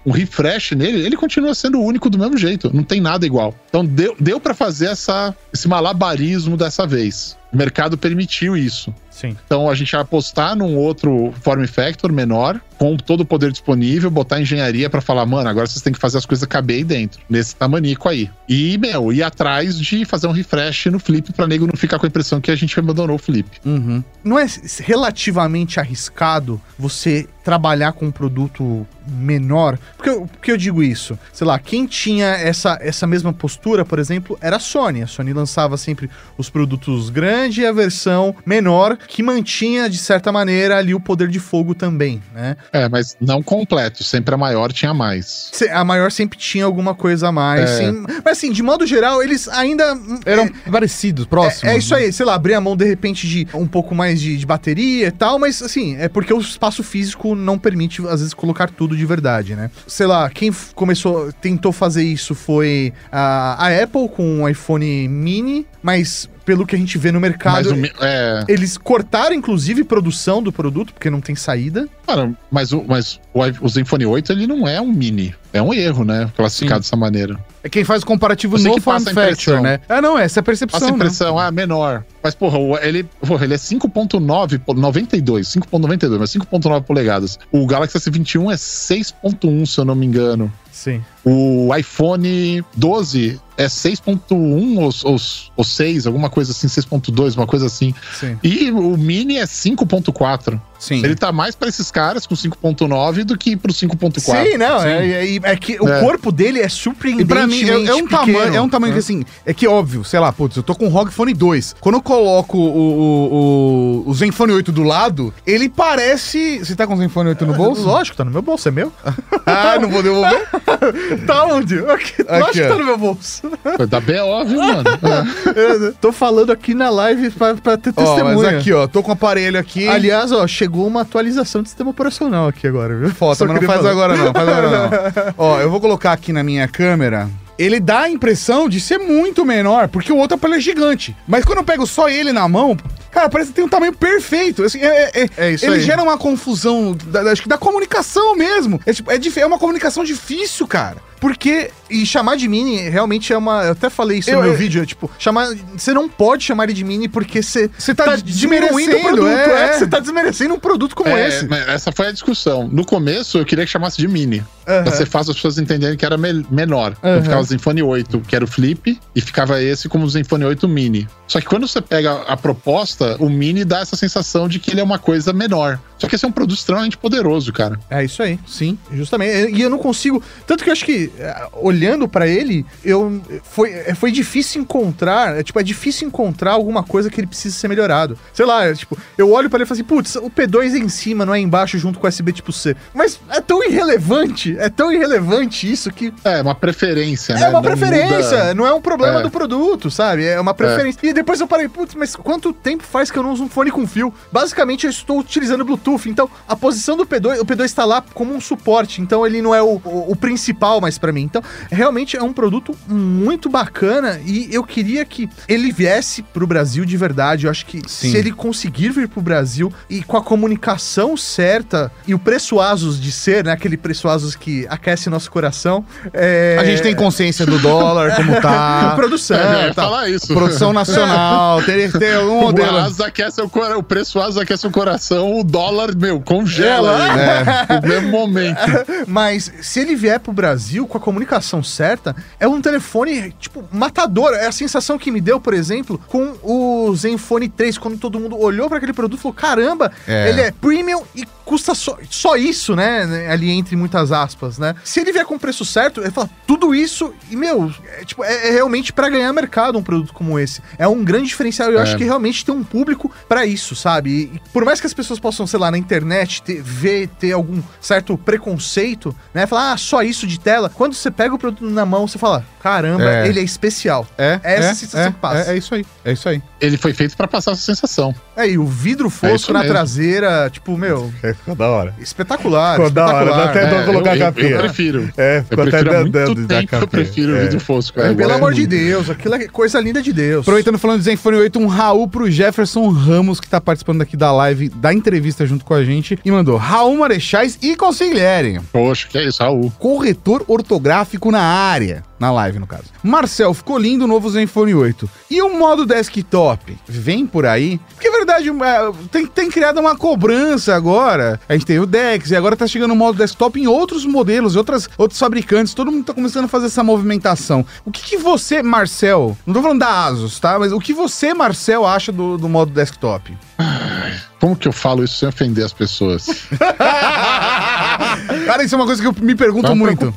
um refresh nele, ele continua sendo único do mesmo jeito. Não tem nada igual. Então deu, deu pra fazer essa, esse malabarismo dessa vez. O mercado permitiu isso. Sim. Então a gente vai apostar num outro form factor menor, com todo o poder disponível, botar engenharia pra falar, mano, agora vocês têm que fazer as coisas caber aí dentro, nesse tamanico aí. E, meu, ir atrás de fazer um refresh no Flip pra nego não ficar com a impressão que a gente abandonou o Flip. Uhum. Não é relativamente arriscado você trabalhar com um produto menor? Por que eu, por que eu digo isso? Sei lá, quem tinha essa, essa mesma postura, por exemplo, era a Sony. A Sony lançava sempre os produtos grandes e a versão menor, que mantinha, de certa maneira, ali o poder de fogo também, né? É, mas não completo. Sempre a maior tinha mais. A maior sempre tinha alguma coisa a mais, É. sim. Mas assim, de modo geral, eles ainda... Eram é, parecidos, próximos. É, é isso aí, sei lá, abrir a mão de repente de um pouco mais de, de bateria e tal, mas assim, é porque o espaço físico não permite, às vezes, colocar tudo de verdade, né? Sei lá, quem f- começou, tentou fazer isso foi a, a Apple com o iPhone mini, mas pelo que a gente vê no mercado, Mas o mi- é, eles cortaram, inclusive, produção do produto, porque não tem saída. cara, mas, o, mas o, i- o Zenfone oito, ele não é um mini. É um erro, né? Classificado dessa maneira. É quem faz o comparativo Você no que form passa a factor, impressão. né? Ah, não, essa é a percepção, Passa a né? impressão, ah, menor. Mas, porra, o- ele, porra, ele é cinco ponto nove, po- noventa e dois, cinco ponto noventa e dois, mas cinco ponto nove polegadas. O Galaxy S vinte e um é seis ponto um, se eu não me engano. Sim. O iPhone doze é seis ponto um ou, ou, ou seis, alguma coisa assim, seis ponto dois, uma coisa assim. Sim. E o Mini é cinco ponto quatro. Sim. Ele tá mais pra esses caras com cinco ponto nove do que pro cinco ponto quatro. Sim, não, é, é, é que o É. corpo dele é E surpreendentemente pra mim, é, é um pequeno, tamanho, é um tamanho né? que assim, é que óbvio, sei lá, putz, eu tô com o R O G Phone dois. Quando eu coloco o, o, o, o Zenfone oito do lado, ele parece. Você tá com o Zenfone oito no bolso? Lógico, tá no meu bolso, é meu? Ah, não vou devolver? Tá onde? Aqui, lógico que ó. tá no meu bolso. Da B O, viu, mano? É. Tô falando aqui na live pra, pra ter Ó, testemunha. mas aqui, ó, tô com o aparelho aqui. Aliás, ó, chegou uma atualização de sistema operacional aqui agora, viu? Foto, Só mas não queria faz falar. agora não, faz agora não. Ó, eu vou colocar aqui na minha câmera. Ele dá a impressão de ser muito menor, porque o outro aparelho é gigante. Mas quando eu pego só ele na mão, cara, parece que tem um tamanho perfeito. Assim, é, é- É isso ele aí. gera uma confusão, da, da- acho que da comunicação mesmo. É, tipo, é, dif- é uma comunicação difícil, cara. Porque E chamar de mini realmente é uma... Eu até falei isso Eu- no meu eu- vídeo, é, tipo, chamar... Você não pode chamar ele de mini porque você... Você tá desmerecendo, o produto. é, é. Você tá desmerecendo um produto como É, esse. mas essa foi a discussão. No começo, eu queria que chamasse de Mini. Aham. Pra ser fácil as pessoas entenderem que era me- menor. Aham. Então ficava o Zenfone oito, que era o Flip, e ficava esse como o Zenfone oito Mini. Só que quando você pega a proposta, o Mini dá essa sensação de que ele é uma coisa menor. Só que esse é um produto extremamente poderoso, cara. É isso aí, sim, justamente. E eu não consigo. Tanto que eu acho que, eh, olhando pra ele, eu foi, eh, foi difícil encontrar. É, tipo, é difícil encontrar alguma coisa que ele precisa ser melhorado. Sei lá, é, tipo, eu olho pra ele e falo assim, putz, o P dois é em cima, não é embaixo, junto com o U S B tipo C. Mas é tão irrelevante, é tão irrelevante isso que. É, uma preferência, né? É uma Não preferência, muda- não é um problema É. do produto, sabe? É uma preferência. E depois eu parei, putz, mas quanto tempo faz que eu não uso um fone com fio? Basicamente, eu estou utilizando Bluetooth, então a posição do P dois, o P dois está lá como um suporte, então ele não é o, o, o principal mais pra mim. Então, realmente é um produto muito bacana e eu queria que ele viesse pro Brasil de verdade. Eu acho que Sim. se ele conseguir vir pro Brasil e com a comunicação certa e o preço Asus de ser, né? Aquele preço Asus que aquece nosso coração. é- A gente tem consciência do dólar, como tá. produção, É, eu ia tá. falar isso. Produção nacional, ter, ter algum O, modelo. asa aquece o, cora- o preço asa aquece o coração, o dólar, meu, congela Ela- ele, no mesmo momento. Mas se ele vier pro Brasil com a comunicação certa, é um telefone, tipo, matador. É a sensação que me deu, por exemplo, com o Zenfone três, quando todo mundo olhou pra aquele produto e falou, caramba, É. ele é premium e custa só, só isso, né? né, Ali entre muitas aspas, né? Se ele vier com o preço certo, ele fala tudo isso e, meu, é, tipo, é, é realmente pra ganhar mercado um produto como esse. É um grande diferencial e eu É. acho que realmente tem um público pra isso, sabe? E, e por mais que as pessoas possam, sei lá, na internet ter, ver, ter algum certo preconceito, né? Falar, ah, só isso de tela. Quando você pega o produto na mão, você fala, caramba, É. ele é especial. É, Essa é, sensação é, que passa. É, é isso aí, é isso aí. Ele foi feito pra passar essa sensação. É, e o vidro fosco isso na mesmo. traseira, tipo, meu, É, ficou da hora. espetacular. Ficou da hora, espetacular. dá até dó É, colocar eu, a eu, capinha. eu prefiro. É, Eu ficou até prefiro há dando muito da tempo que eu capinha. prefiro o É. vidro fosco. É, É, pelo agora amor é de muito. Deus, aquilo é coisa linda de Deus. Aproveitando falando de Zenfone oito, um Raul pro Jefferson Ramos, que tá participando aqui da live, da entrevista junto com a gente, e mandou: Raul Marechais e Consigliere, Poxa, que é isso, Raul. corretor ortográfico na área. Na live, no caso. Marcel, ficou lindo o novo Zenfone oito. E o modo desktop? Vem por aí? Porque, na verdade, é, tem, tem criado uma cobrança agora. A gente tem o Dex, e agora tá chegando o modo desktop em outros modelos, outras, outros fabricantes. Todo mundo tá começando a fazer essa movimentação. O que, que você, Marcel, não tô falando da Asus, tá? Mas o que você, Marcel, acha do, do modo desktop? Como que eu falo isso sem ofender as pessoas? Cara, isso é uma coisa que eu me pergunto Não, muito.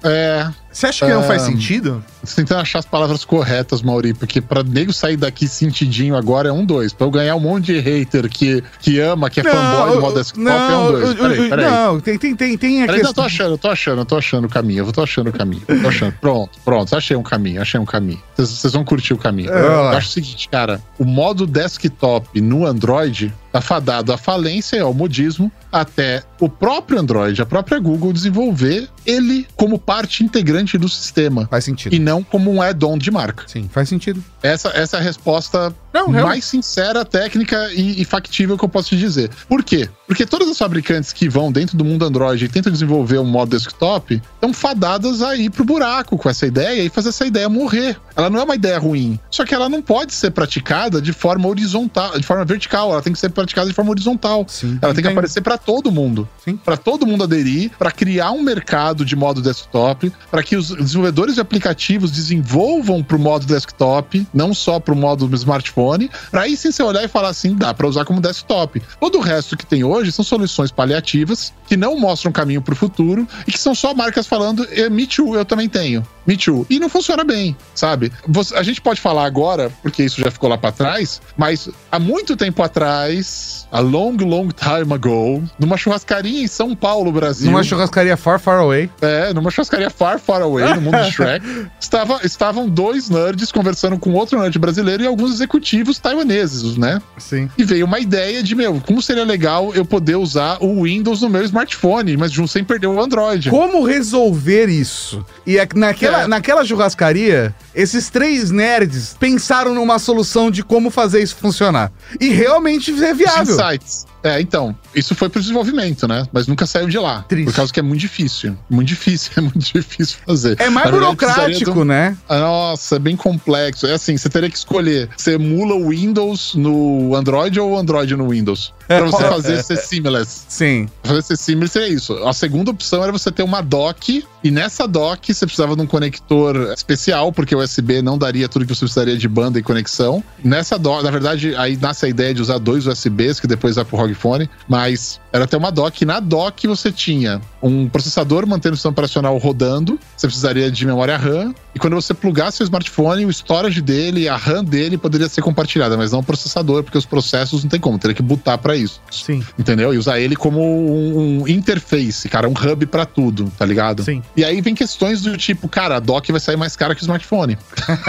É. Você acha que não faz Ah, sentido? Você tentando achar as palavras corretas, Mauri, porque pra nego sair daqui sentidinho agora é um dois. Pra eu ganhar um monte de hater que, que ama, que é fanboy do modo desktop, é um dois. eu- Peraí, eu- peraí. Não, tem, tem, tem, tem a Peraí, não, eu tô questão... achando, eu tô achando, eu tô achando o caminho, eu tô achando o caminho, eu tô achando. Pronto, pronto, achei um caminho, achei um caminho. Vocês vocês vão curtir o caminho. É, eu vai. acho o seguinte, cara, o modo desktop no Android tá fadado à falência e ao modismo até o próprio Android, a própria Google desenvolver ele como parte integrante do sistema Faz sentido. e não como um add-on de marca. Sim, faz sentido. Essa, essa é a resposta Não, real- mais sincera, técnica e, e factível que eu posso te dizer. Por quê? Porque todas as fabricantes que vão dentro do mundo Android e tentam desenvolver um modo desktop estão fadadas a ir pro buraco com essa ideia e fazer essa ideia morrer. Ela não é uma ideia ruim, só que ela não pode ser praticada de forma horizontal, de forma vertical, ela tem que ser praticada de forma horizontal. Sim. Ela tem que Entendo. aparecer para todo mundo. Sim. Para todo mundo aderir, para criar um mercado de modo desktop, para que os desenvolvedores de aplicativos desenvolvam para o modo desktop, não só para o modo smartphone, para aí sim você olhar e falar assim, dá para usar como desktop. Todo o resto que tem hoje são soluções paliativas que não mostram caminho para o futuro e que são só marcas falando, "Eh, me too, eu também tenho, me too", e não funciona bem, sabe? Você- a gente pode falar agora, porque isso já ficou lá para trás, mas há muito tempo atrás, a long, long time ago, numa churrascaria em São Paulo, Brasil. Numa churrascaria far, far away. É, numa churrascaria far, far away, no mundo de Shrek, estava, estavam dois nerds conversando com outro nerd brasileiro e alguns executivos taiwaneses, né? Sim. E veio uma ideia de, meu, como seria legal eu poder usar o Windows no meu smartphone, mas junto sem perder o Android. Como resolver isso? E é- naquela, É. naquela churrascaria, esses três nerds pensaram numa solução de como fazer isso funcionar. E realmente é Os viável. insights. É, então, isso foi pro desenvolvimento, né? Mas nunca saiu de lá. Triste. Por causa que é muito difícil. Muito difícil, é muito difícil fazer. É mais Na verdade, precisaria de burocrático, um- né? Ah, Nossa, é bem complexo. É assim, você teria que escolher. Você emula o Windows no Android ou o Android no Windows? Pra você fazer ser seamless. Sim. Pra fazer ser seamless é isso. A segunda opção era você ter uma dock, e nessa dock você precisava de um conector especial, porque o U S B não daria tudo que você precisaria de banda e conexão. Nessa dock, na verdade, aí nasce a ideia de usar dois U S Bs, que depois vai pro ROG Phone, mas era ter uma dock. Na dock você tinha um processador mantendo o sistema operacional rodando, você precisaria de memória RAM, e quando você plugasse o smartphone, o storage dele, a RAM dele poderia ser compartilhada, mas não o processador, porque os processos não tem como, teria que botar pra isso. Sim. Entendeu? E usar ele como um, um interface, cara, um hub pra tudo, tá ligado? Sim. E aí vem questões do tipo, cara, a dock vai sair mais cara que o smartphone.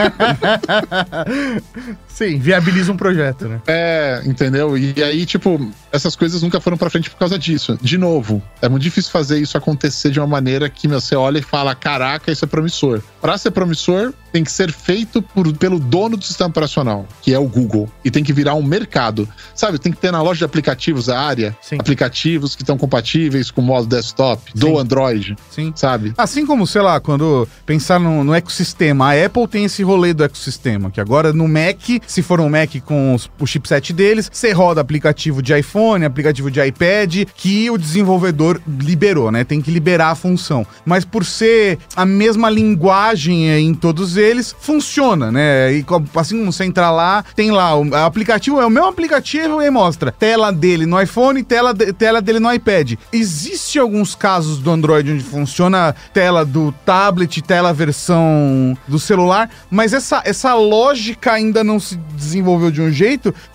Sim, viabiliza um projeto, né? É, entendeu? E aí, tipo, essas coisas nunca foram pra frente por causa disso. De novo, é muito difícil fazer isso acontecer de uma maneira que meu, você olha e fala, caraca, isso é promissor. Pra ser promissor, tem que ser feito por, pelo dono do sistema operacional, que é o Google. E tem que virar um mercado. Sabe, tem que ter na loja de aplicativos a área, Sim. aplicativos que estão compatíveis com o modo desktop, do Sim. Android, Sim. sabe? Assim como, sei lá, quando pensar no, no ecossistema, a Apple tem esse rolê do ecossistema, que agora no Mac, se for um Mac com os- o chipset deles, você roda aplicativo de iPhone, aplicativo de iPad, que o desenvolvedor liberou, né? Tem que liberar a função. Mas por ser a mesma linguagem em todos eles, funciona, né? E co- assim como você entrar lá, tem lá, o aplicativo é o mesmo aplicativo e mostra tela dele no iPhone, tela, de- tela dele no iPad. Existe alguns casos do Android onde funciona tela do tablet, tela versão do celular, mas essa, essa lógica ainda não se desenvolveu de um jeito que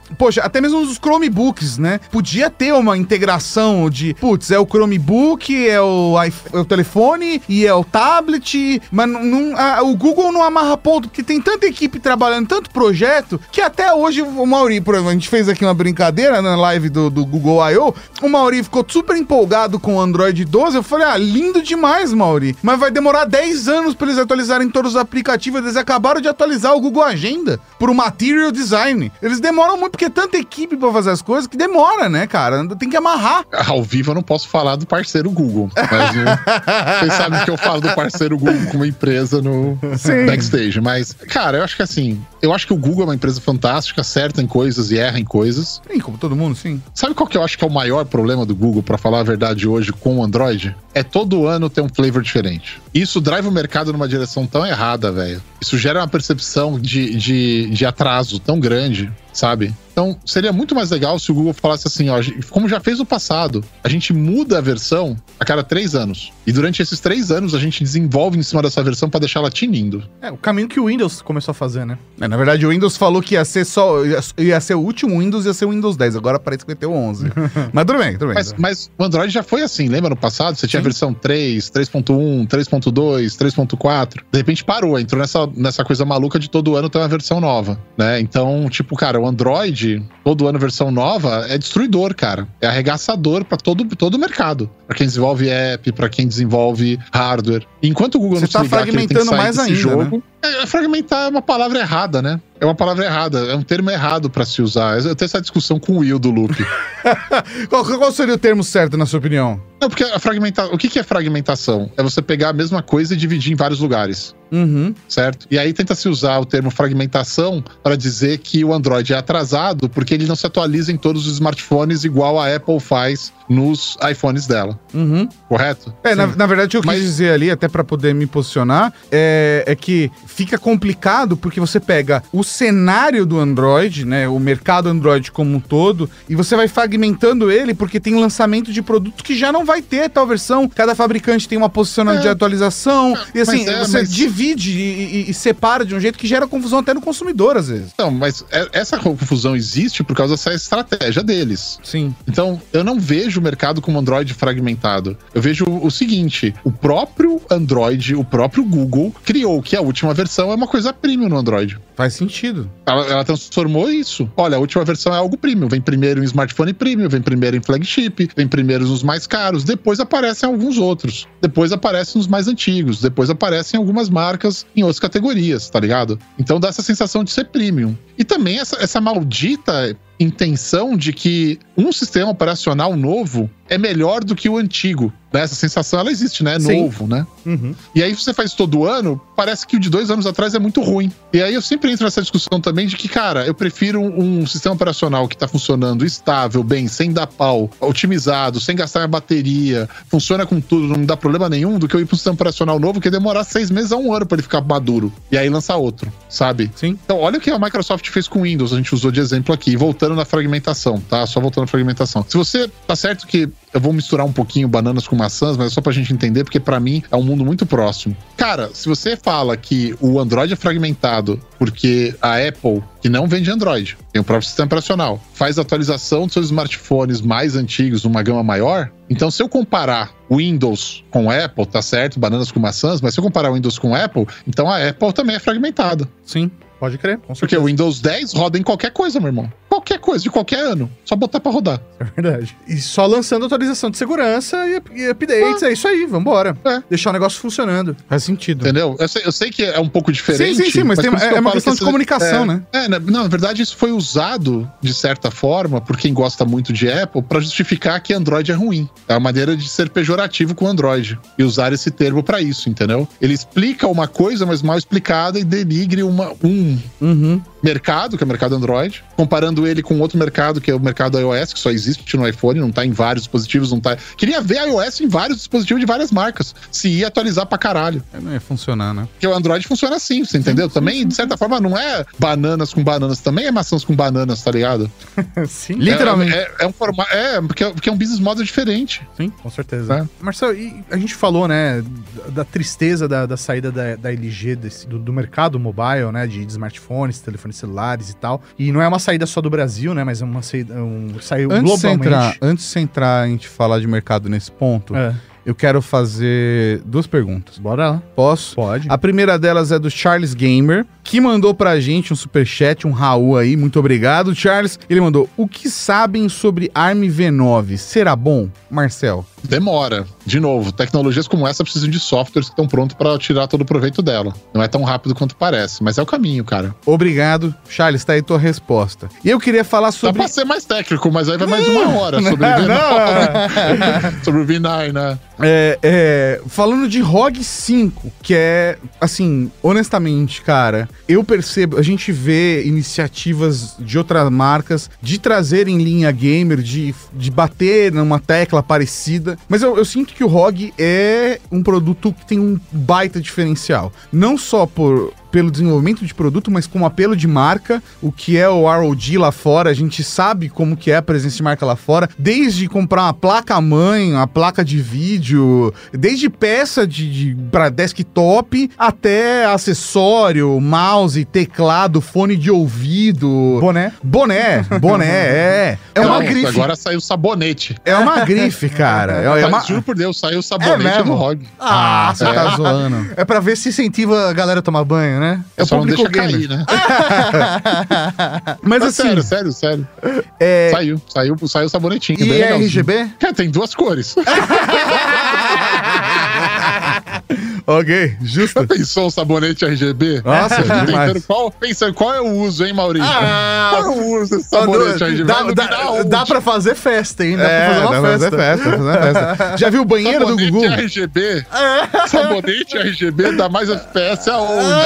poxa, até mesmo os Chromebooks, né? Podia ter uma integração de, putz, é o Chromebook, é o, é o telefone e é o tablet, mas não, não, a, o Google não amarra ponto, porque tem tanta equipe trabalhando, tanto projeto, que até hoje o Mauri, por exemplo, a gente fez aqui uma brincadeira na live do, do Google I O, o Mauri ficou super empolgado com o Android doze, eu falei, ah, lindo demais, Mauri, mas vai demorar dez anos pra eles atualizarem todos os aplicativos, eles acabaram de atualizar o Google Agenda por um Material Design. Eles demoram muito, porque é tanta equipe pra fazer as coisas que demora, né, cara? Tem que amarrar. Ao vivo eu não posso falar do parceiro Google, mas eu, vocês sabem que eu falo do parceiro Google como empresa no Sim. backstage, mas, cara, eu acho que assim, eu acho que o Google é uma empresa fantástica, acerta em coisas e erra em coisas. Sim, como todo mundo, sim. Sabe qual que eu acho que é o maior problema do Google, pra falar a verdade hoje, com o Android? É todo ano ter um flavor diferente. Isso drive o mercado numa direção tão errada, velho. Isso gera uma percepção de, de, de atraso tão grande, sabe? Então, seria muito mais legal se o Google falasse assim, ó, como já fez no passado, a gente muda a versão a cada três anos. E durante esses três anos, a gente desenvolve em cima dessa versão pra deixar ela tinindo. É, o caminho que o Windows começou a fazer, né? É, na verdade, o Windows falou que ia ser só... Ia, ia ser o último Windows, ia ser o Windows dez. Agora parece que vai ter o onze. Mas tudo bem, tudo bem. Mas, mas o Android já foi assim, lembra no passado? Você tinha Sim. a versão três, três ponto um, três ponto dois, três ponto quatro. De repente parou, entrou nessa, nessa coisa maluca de todo ano ter uma versão nova, né? Então, tipo, cara, o Android, todo ano versão nova, é destruidor, cara. É arregaçador pra todo, todo o mercado. Pra quem desenvolve app, pra quem desenvolve hardware. Enquanto o Google Você não se tá ligar que ele tem que fragmentando sair mais desse ainda, jogo... né? É, fragmentar é uma palavra errada, né? É uma palavra errada, é um termo errado pra se usar. Eu tenho essa discussão com o Will do Loop. qual, qual seria o termo certo, na sua opinião? Não, porque a fragmentação... O que que é fragmentação? É você pegar a mesma coisa e dividir em vários lugares. Uhum. Certo? E aí tenta-se usar o termo fragmentação para dizer que o Android é atrasado porque ele não se atualiza em todos os smartphones igual a Apple faz nos iPhones dela. Uhum. Correto? É, na, na verdade, o que eu quis Mas- dizer ali, até pra poder me posicionar, é, é que fica complicado porque você pega o cenário do Android, né, o mercado Android como um todo, e você vai fragmentando ele porque tem lançamento de produto que já não vai ter tal versão. Cada fabricante tem uma posicionamento É. de atualização, e assim, Mas é, você mas- divide e, e- e separa de um jeito que gera confusão até no consumidor, às vezes. Não, mas é- essa confusão existe por causa dessa estratégia deles. Sim. Então, eu não vejo o mercado como Android fragmentado. Eu vejo o seguinte, o próprio Android, o próprio Google criou que a última versão é uma coisa premium no Android. Faz sentido. Ela, ela transformou isso. Olha, a última versão é algo premium. Vem primeiro em smartphone premium, vem primeiro em flagship, vem primeiro nos mais caros, depois aparecem alguns outros. Depois aparecem nos mais antigos, depois aparecem algumas marcas em outras categorias, tá ligado? Então dá essa sensação de ser premium. E também essa, essa maldita intenção de que um sistema operacional novo é melhor do que o antigo. Né? Essa sensação, ela existe, né? É Sim. novo, né? Uhum. E aí você faz todo ano, parece que o de dois anos atrás é muito ruim. E aí eu sempre entro nessa discussão também de que, cara, eu prefiro um sistema operacional que tá funcionando estável, bem, sem dar pau, otimizado, sem gastar minha bateria, funciona com tudo, não dá problema nenhum, do que eu ir pra um sistema operacional novo que demorar seis meses a um ano pra ele ficar maduro. E aí lançar outro, sabe? Sim. Então, olha o que a Microsoft fez com o Windows, a gente usou de exemplo aqui, voltando na fragmentação, tá? Só voltando na fragmentação. Se você, tá certo que eu vou misturar um pouquinho bananas com maçãs, mas é só pra gente entender, porque pra mim é um mundo muito próximo. Cara, se você fala que o Android é fragmentado porque a Apple, que não vende Android, tem o próprio sistema operacional, faz atualização dos seus smartphones mais antigos numa gama maior, então se eu comparar Windows com Apple, tá certo, bananas com maçãs, mas se eu comparar Windows com Apple, então a Apple também é fragmentada. Sim. Pode crer, com Porque certeza. o Windows dez roda em qualquer coisa, meu irmão. Qualquer coisa, de qualquer ano. Só botar pra rodar. É verdade. E só lançando atualização de segurança e, up- e updates, é isso aí, vambora. É. Deixar o negócio funcionando. Faz sentido. Entendeu? Eu sei, eu sei que é um pouco diferente. Sim, sim, sim, mas tem- por isso é que eu uma falo questão que de esse- comunicação, é, né? É, na, não, na verdade, isso foi usado, de certa forma, por quem gosta muito de Apple, pra justificar que Android é ruim. É uma maneira de ser pejorativo com Android. E usar esse termo pra isso, entendeu? Ele explica uma coisa, mas mal explicada, e denigre uma, um Uhum. mercado, que é o mercado Android, comparando ele com outro mercado, que é o mercado iOS, que só existe no iPhone, não tá em vários dispositivos, não tá... Queria ver iOS em vários dispositivos de várias marcas, se ia atualizar pra caralho. Não ia funcionar, né? Porque o Android funciona assim, você entendeu? Também, de certa forma, não é bananas com bananas, também é maçãs com bananas, tá ligado? Sim, Literalmente. É, é, é um formato... É, porque, porque é um business model diferente. com certeza. É. Marcelo, e a gente falou, né, da, da tristeza da, da saída da, da L G, desse- do, do mercado mobile, né, de, de smartphones, telefones telefones celulares e tal. E não é uma saída só do Brasil, né? Mas é uma saída, um, saiu Antes de você globalmente. entrar, antes de você entrar, a gente falar de mercado nesse ponto, É. eu quero fazer duas perguntas. Bora lá. Posso? Pode. A primeira delas é do Charles Gamer, que mandou pra gente um superchat, um Raul aí, muito obrigado, Charles. Ele mandou, o que sabem sobre ARM V nove? Será bom? Marcel. Demora. De novo, tecnologias como essa precisam de softwares que estão prontos para tirar todo o proveito dela. Não é tão rápido quanto parece, mas é o caminho, cara. Obrigado. Charles, tá aí tua resposta. E eu queria falar sobre... Dá pra ser mais técnico, mas aí vai mais de uma hora sobre o V nove. Sobre o V nove, né? É, é, falando de R O G cinco, que é, assim, honestamente, cara, eu percebo, a gente vê iniciativas de outras marcas de trazer em linha gamer, de, de bater numa tecla parecida, mas eu, eu sinto que o R O G é um produto que tem um baita diferencial. Não só por... pelo desenvolvimento de produto, mas com apelo de marca, o que é o R O G lá fora, a gente sabe como que é a presença de marca lá fora, desde comprar uma placa-mãe, uma placa de vídeo, desde peça de, de para desktop, até acessório, mouse, teclado, fone de ouvido... Boné. Boné, boné, é. É uma Não, grife. Agora saiu sabonete. É uma grife, cara. É, é uma... Juro por Deus, saiu o É sabonete mesmo? do R O G. Ah, você tá zoando. É pra ver se incentiva a galera a tomar banho, né? É o Só não público deixa gamer. cair, né? Mas Mas assim... sério, sério, sério. É... Saiu, saiu, saiu o sabonetinho. E bem é legalzinho. R G B? É, tem duas cores. Ok, justo. Pensou um sabonete R G B? Nossa, Tentando demais. qual, pensando qual é o uso, hein, Maurício? Ah, qual é o uso desse sabonete R G B? dá, Vai iluminar dá, onde? dá pra fazer festa, hein? Dá É, pra fazer uma dá pra festa. fazer festa, dá pra fazer festa. Já viu o banheiro do Sabonete Gugu? R G B? Sabonete R G B dá mais F P S aonde?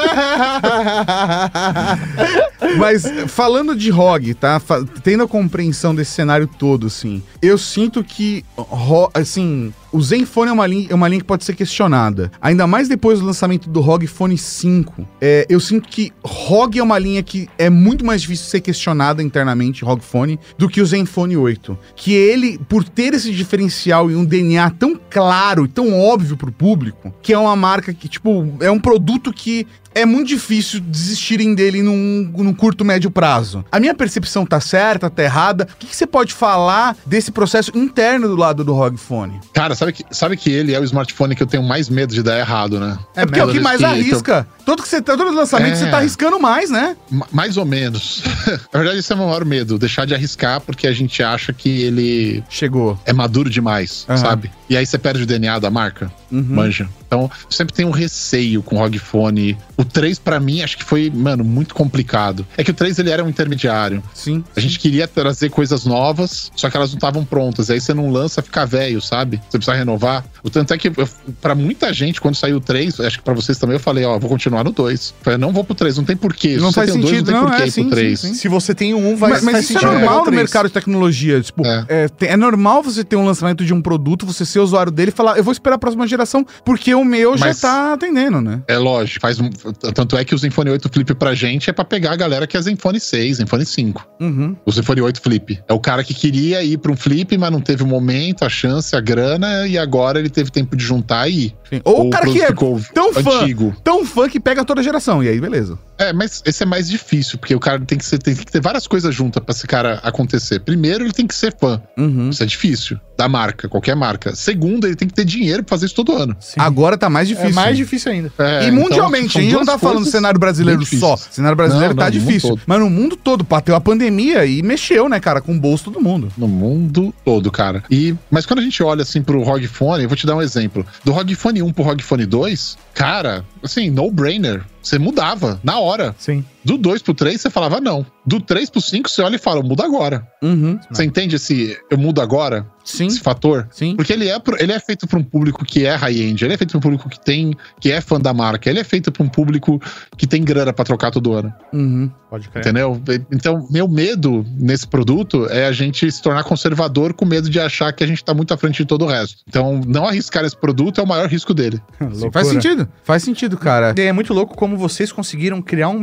Mas falando de R O G, tá? Fa- Tendo a compreensão desse cenário todo, assim, eu sinto que, ro- assim, o Zenfone é uma linha, é uma linha que pode ser questionada. Ainda mais depois do lançamento do R O G Phone cinco. É, eu sinto que R O G é uma linha que é muito mais difícil de ser questionada internamente, R O G Phone, do que o Zenfone oito. Que ele, por ter esse diferencial e um D N A tão claro e tão óbvio pro público, que é uma marca que, tipo, é um produto que é muito difícil desistirem dele num, num curto, médio prazo. A minha percepção tá certa, tá errada? O que, que você pode falar desse processo interno do lado do R O G Phone? Cara, sabe que, sabe que ele é o smartphone que eu tenho mais medo de dar errado, né? É porque é o que Toda mais vez que- arrisca. Todo que você tá, todo lançamento É. você tá arriscando mais, né? Ma- Mais ou menos. Na verdade, esse é o meu maior medo, deixar de arriscar porque a gente acha que ele Chegou. é maduro demais, Aham. sabe? E aí você perde o D N A da marca, Uhum. manja. Então, eu sempre tenho um receio com o R O G Phone. O três, pra mim, acho que foi, mano, muito complicado. É que o três, ele era um intermediário. Sim. A gente queria trazer coisas novas, só que elas não estavam prontas. Aí você não lança, fica velho, sabe? Você precisa renovar. O tanto é que, eu- pra muita gente, quando saiu o três, acho que pra vocês também, eu falei, ó, vou continuar no dois. Falei, não vou pro três, não tem porquê. Não Se você faz tem o dois, sentido, não tem não, porquê é, ir sim, pro três. sim, sim. Se você tem um, vai Mas, mas faz isso é sentido pegar normal o no três. mercado de tecnologia. Tipo, É. é, tem- é normal você ter um lançamento de um produto, você ser usuário dele e falar, eu vou esperar a próxima geração, porque o meu já Mas- tá atendendo, né? É lógico, faz um- tanto é que o Zenfone oito Flip pra gente é pra pegar a galera que é Zenfone seis, Zenfone cinco. Uhum. O Zenfone oito Flip. É o cara que queria ir pra um Flip, mas não teve o momento, a chance, a grana, e agora ele teve tempo de juntar e ir. Sim. Ou o cara que é produto ficou tão fã, antigo. tão fã que pega toda a geração, e aí beleza. É, mas esse é mais difícil, porque o cara tem que, ser, tem que ter várias coisas juntas pra esse cara acontecer. Primeiro, ele tem que ser fã. Uhum. Isso é difícil. Da marca, qualquer marca. Segundo, ele tem que ter dinheiro pra fazer isso todo ano. Sim. Agora tá mais difícil. É mais difícil ainda. É, E então, mundialmente, são a gente não duas tá falando do coisas cenário brasileiro bem só. O difíceis. cenário brasileiro Não, tá não, no mundo difícil. todo. Mas no mundo todo, bateu a pandemia e mexeu, né, cara, com o bolso de todo mundo. No mundo todo, cara. E, mas quando a gente olha assim pro R O G Phone, eu vou te dar um exemplo. Do R O G Phone um pro R O G Phone dois, cara, assim, no-brainer. Você mudava na hora. Sim. Do dois pro três, você falava não. Do três pro cinco, você olha e fala, muda agora. Uhum. Você entende esse eu mudo agora? Sim, Esse fator? sim. Porque ele é, pro- ele é feito para um público que é high-end, ele é feito para um público que tem, que é fã da marca, ele é feito para um público que tem grana para trocar todo ano, Uhum. Pode crer. entendeu? Então, meu medo nesse produto é a gente se tornar conservador com medo de achar que a gente tá muito à frente de todo o resto. Então, não arriscar esse produto é o maior risco dele. Sim, faz sentido. Faz sentido, cara. E é muito louco como vocês conseguiram criar um mercado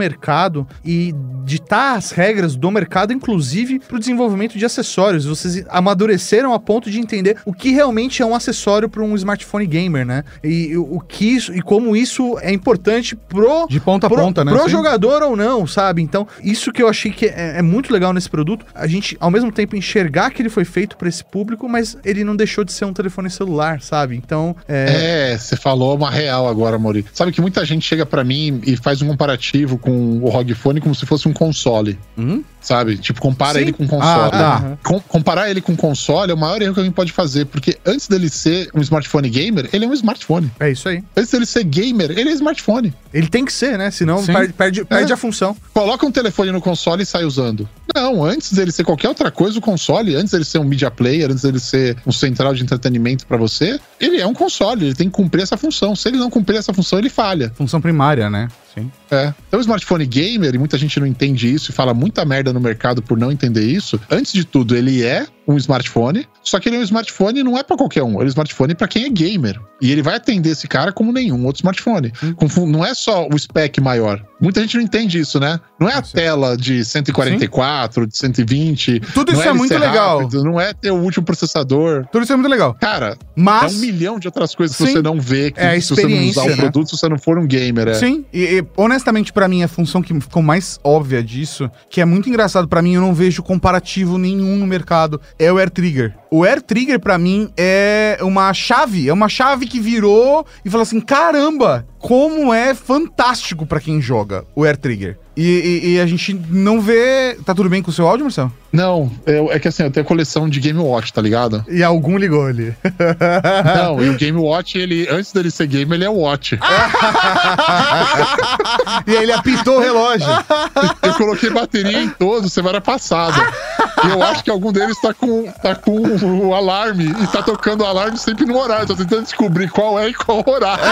mercado e ditar as regras do mercado, inclusive para o desenvolvimento de acessórios. Vocês amadureceram a ponto de entender o que realmente é um acessório para um smartphone gamer, né? E o que isso, e como isso é importante pro... De ponta a pro, ponta, né? Pro Sim. jogador ou não, sabe? Então, isso que eu achei que é, é muito legal nesse produto, a gente, ao mesmo tempo, enxergar que ele foi feito para esse público, mas ele não deixou de ser um telefone celular, sabe? Então, é... É, você falou uma real agora, Maurício. Sabe que muita gente chega pra mim e faz um comparativo com o ROG Phone como se fosse um console. Hum? Sabe? Tipo, compara Sim. ele com console. Ah, tá. Com, comparar ele com console é o maior erro que alguém pode fazer, porque antes dele ser um smartphone gamer, ele é um smartphone. É isso aí. Antes dele ser gamer, ele é smartphone. Ele tem que ser, né? Senão Sim. perde, perde, perde É. a função. Coloca um telefone no console e sai usando. Não, antes dele ser qualquer outra coisa, o console, antes dele ser um media player, antes dele ser um central de entretenimento pra você, ele é um console, ele tem que cumprir essa função. Se ele não cumprir essa função, ele falha. Função primária, né? Sim. É. Então o smartphone gamer, e muita gente não entende isso e fala muita merda no mercado por não entender isso. Antes de tudo, ele é um smartphone, só que ele é um smartphone não é pra qualquer um, ele é um smartphone pra quem é gamer. E ele vai atender esse cara como nenhum outro smartphone. Hum. Não é só o spec maior. Muita gente não entende isso, né? Não é a Sim. tela de cento e quarenta e quatro, Sim. de cento e vinte. Tudo isso é, é muito legal. Rápido, não é ter o último processador. Tudo isso é muito legal. Cara, mas... é um milhão de outras coisas Sim. que você não vê, que é a se você não usar o né? produto, se você não for um gamer. É. Sim, e, e honestamente pra mim a função que ficou mais óbvia disso, que é muito engraçado pra mim, eu não vejo comparativo nenhum no mercado, é o Air Trigger. O Air Trigger pra mim é uma chave, é uma chave que virou e falou assim, caramba, como é fantástico pra quem joga o Air Trigger. E, e, e a gente não vê... Tá tudo bem com o seu áudio, Marcelo? Não, é, é que assim, eu tenho a coleção de Game Watch, tá ligado? E algum ligou ali. Não, e o Game Watch, ele, antes dele ser game, ele é Watch. E aí ele apitou o relógio. Eu coloquei bateria em todos semana passada. E eu acho que algum deles tá com, tá com o alarme. E tá tocando o alarme sempre no horário. Tô tentando descobrir qual é e qual horário.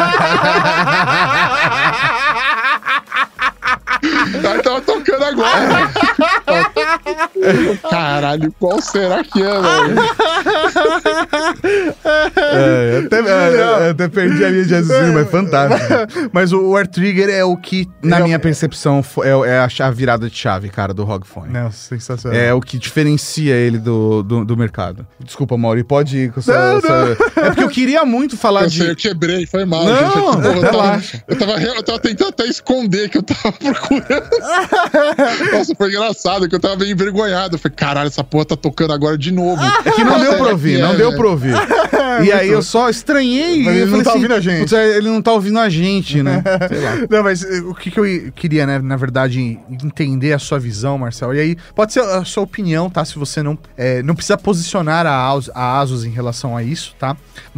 Aí tava tocando agora. Caralho, qual será que é, velho? É, eu até, eu, eu até perdi a linha de raciocínio, mas é fantástico. Mas o Air Trigger é o que... Na é minha o... percepção, é, é a chave, virada de chave, cara, do ROG Phone. Não, sensacional. É o que diferencia ele do, do, do mercado. Desculpa, Mauri, pode ir com essa... Não, essa... É porque eu queria muito falar eu de... Sei, eu quebrei, foi mal. Não, gente. Eu, tava, relaxa. eu, tava, eu tava tentando até esconder que eu tava procurando. Nossa, foi engraçado, que eu tava meio envergonhado. Eu falei, caralho, essa porra tá tocando agora de novo. É que não deu pra ouvir, não deu pra ouvir. E aí eu só estranhei. Mas e ele eu não falei tá assim, ouvindo a gente. "Putz, ele não tá ouvindo a gente, né? Sei lá. Não, mas eh, o que, que eu queria, né, na verdade, entender a sua visão, Marcelo. E aí, pode ser a sua opinião, tá? Se você não, é, não precisa posicionar a Asus, a Asus em relação a isso, tá?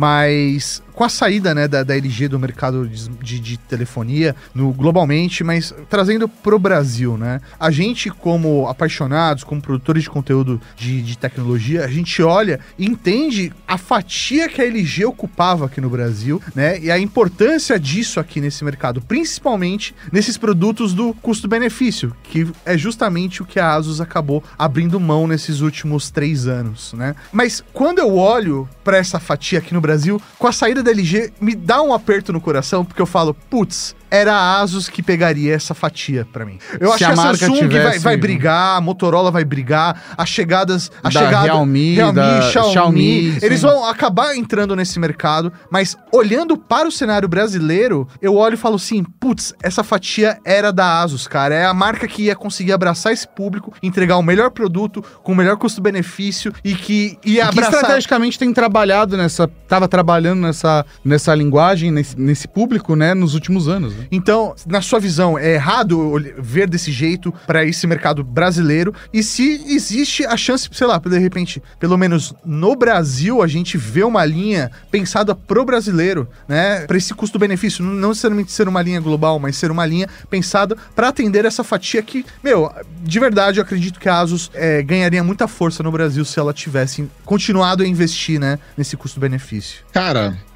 Mas... com a saída, né, da, da L G do mercado de, de, de telefonia no, globalmente, mas trazendo pro Brasil, né? A gente, como apaixonados, como produtores de conteúdo de, de tecnologia, a gente olha e entende a fatia que a L G ocupava aqui no Brasil, né? E a importância disso aqui nesse mercado, principalmente nesses produtos do custo-benefício, que é justamente o que a Asus acabou abrindo mão nesses últimos três anos, né? Mas quando eu olho para essa fatia aqui no Brasil, com a saída da L G, me dá um aperto no coração, porque eu falo, putz, era a Asus que pegaria essa fatia pra mim. Eu Se acho a que a marca Samsung tivesse- vai, vai brigar, a Motorola vai brigar, as chegadas... A Da chegada, Realme, da Xiaomi, Xiaomi, eles sim. vão acabar entrando nesse mercado, mas olhando para o cenário brasileiro, eu olho e falo assim, putz, essa fatia era da Asus, cara. É a marca que ia conseguir abraçar esse público, entregar o melhor produto, com o melhor custo-benefício e que ia E que abraçar... estrategicamente tem trabalhado nessa... Tava trabalhando nessa, nessa linguagem, nesse, nesse público, né, nos últimos anos. Né? Então, na sua visão, é errado olh- ver desse jeito para esse mercado brasileiro? E se existe a chance, sei lá, de repente, pelo menos no Brasil, a gente vê uma linha pensada pro brasileiro, né? Para esse custo-benefício, não necessariamente ser uma linha global, mas ser uma linha pensada para atender essa fatia que, meu, de verdade, eu acredito que a Asus é, ganharia muita força no Brasil se ela tivesse continuado a investir, né, nesse custo-benefício. Cara,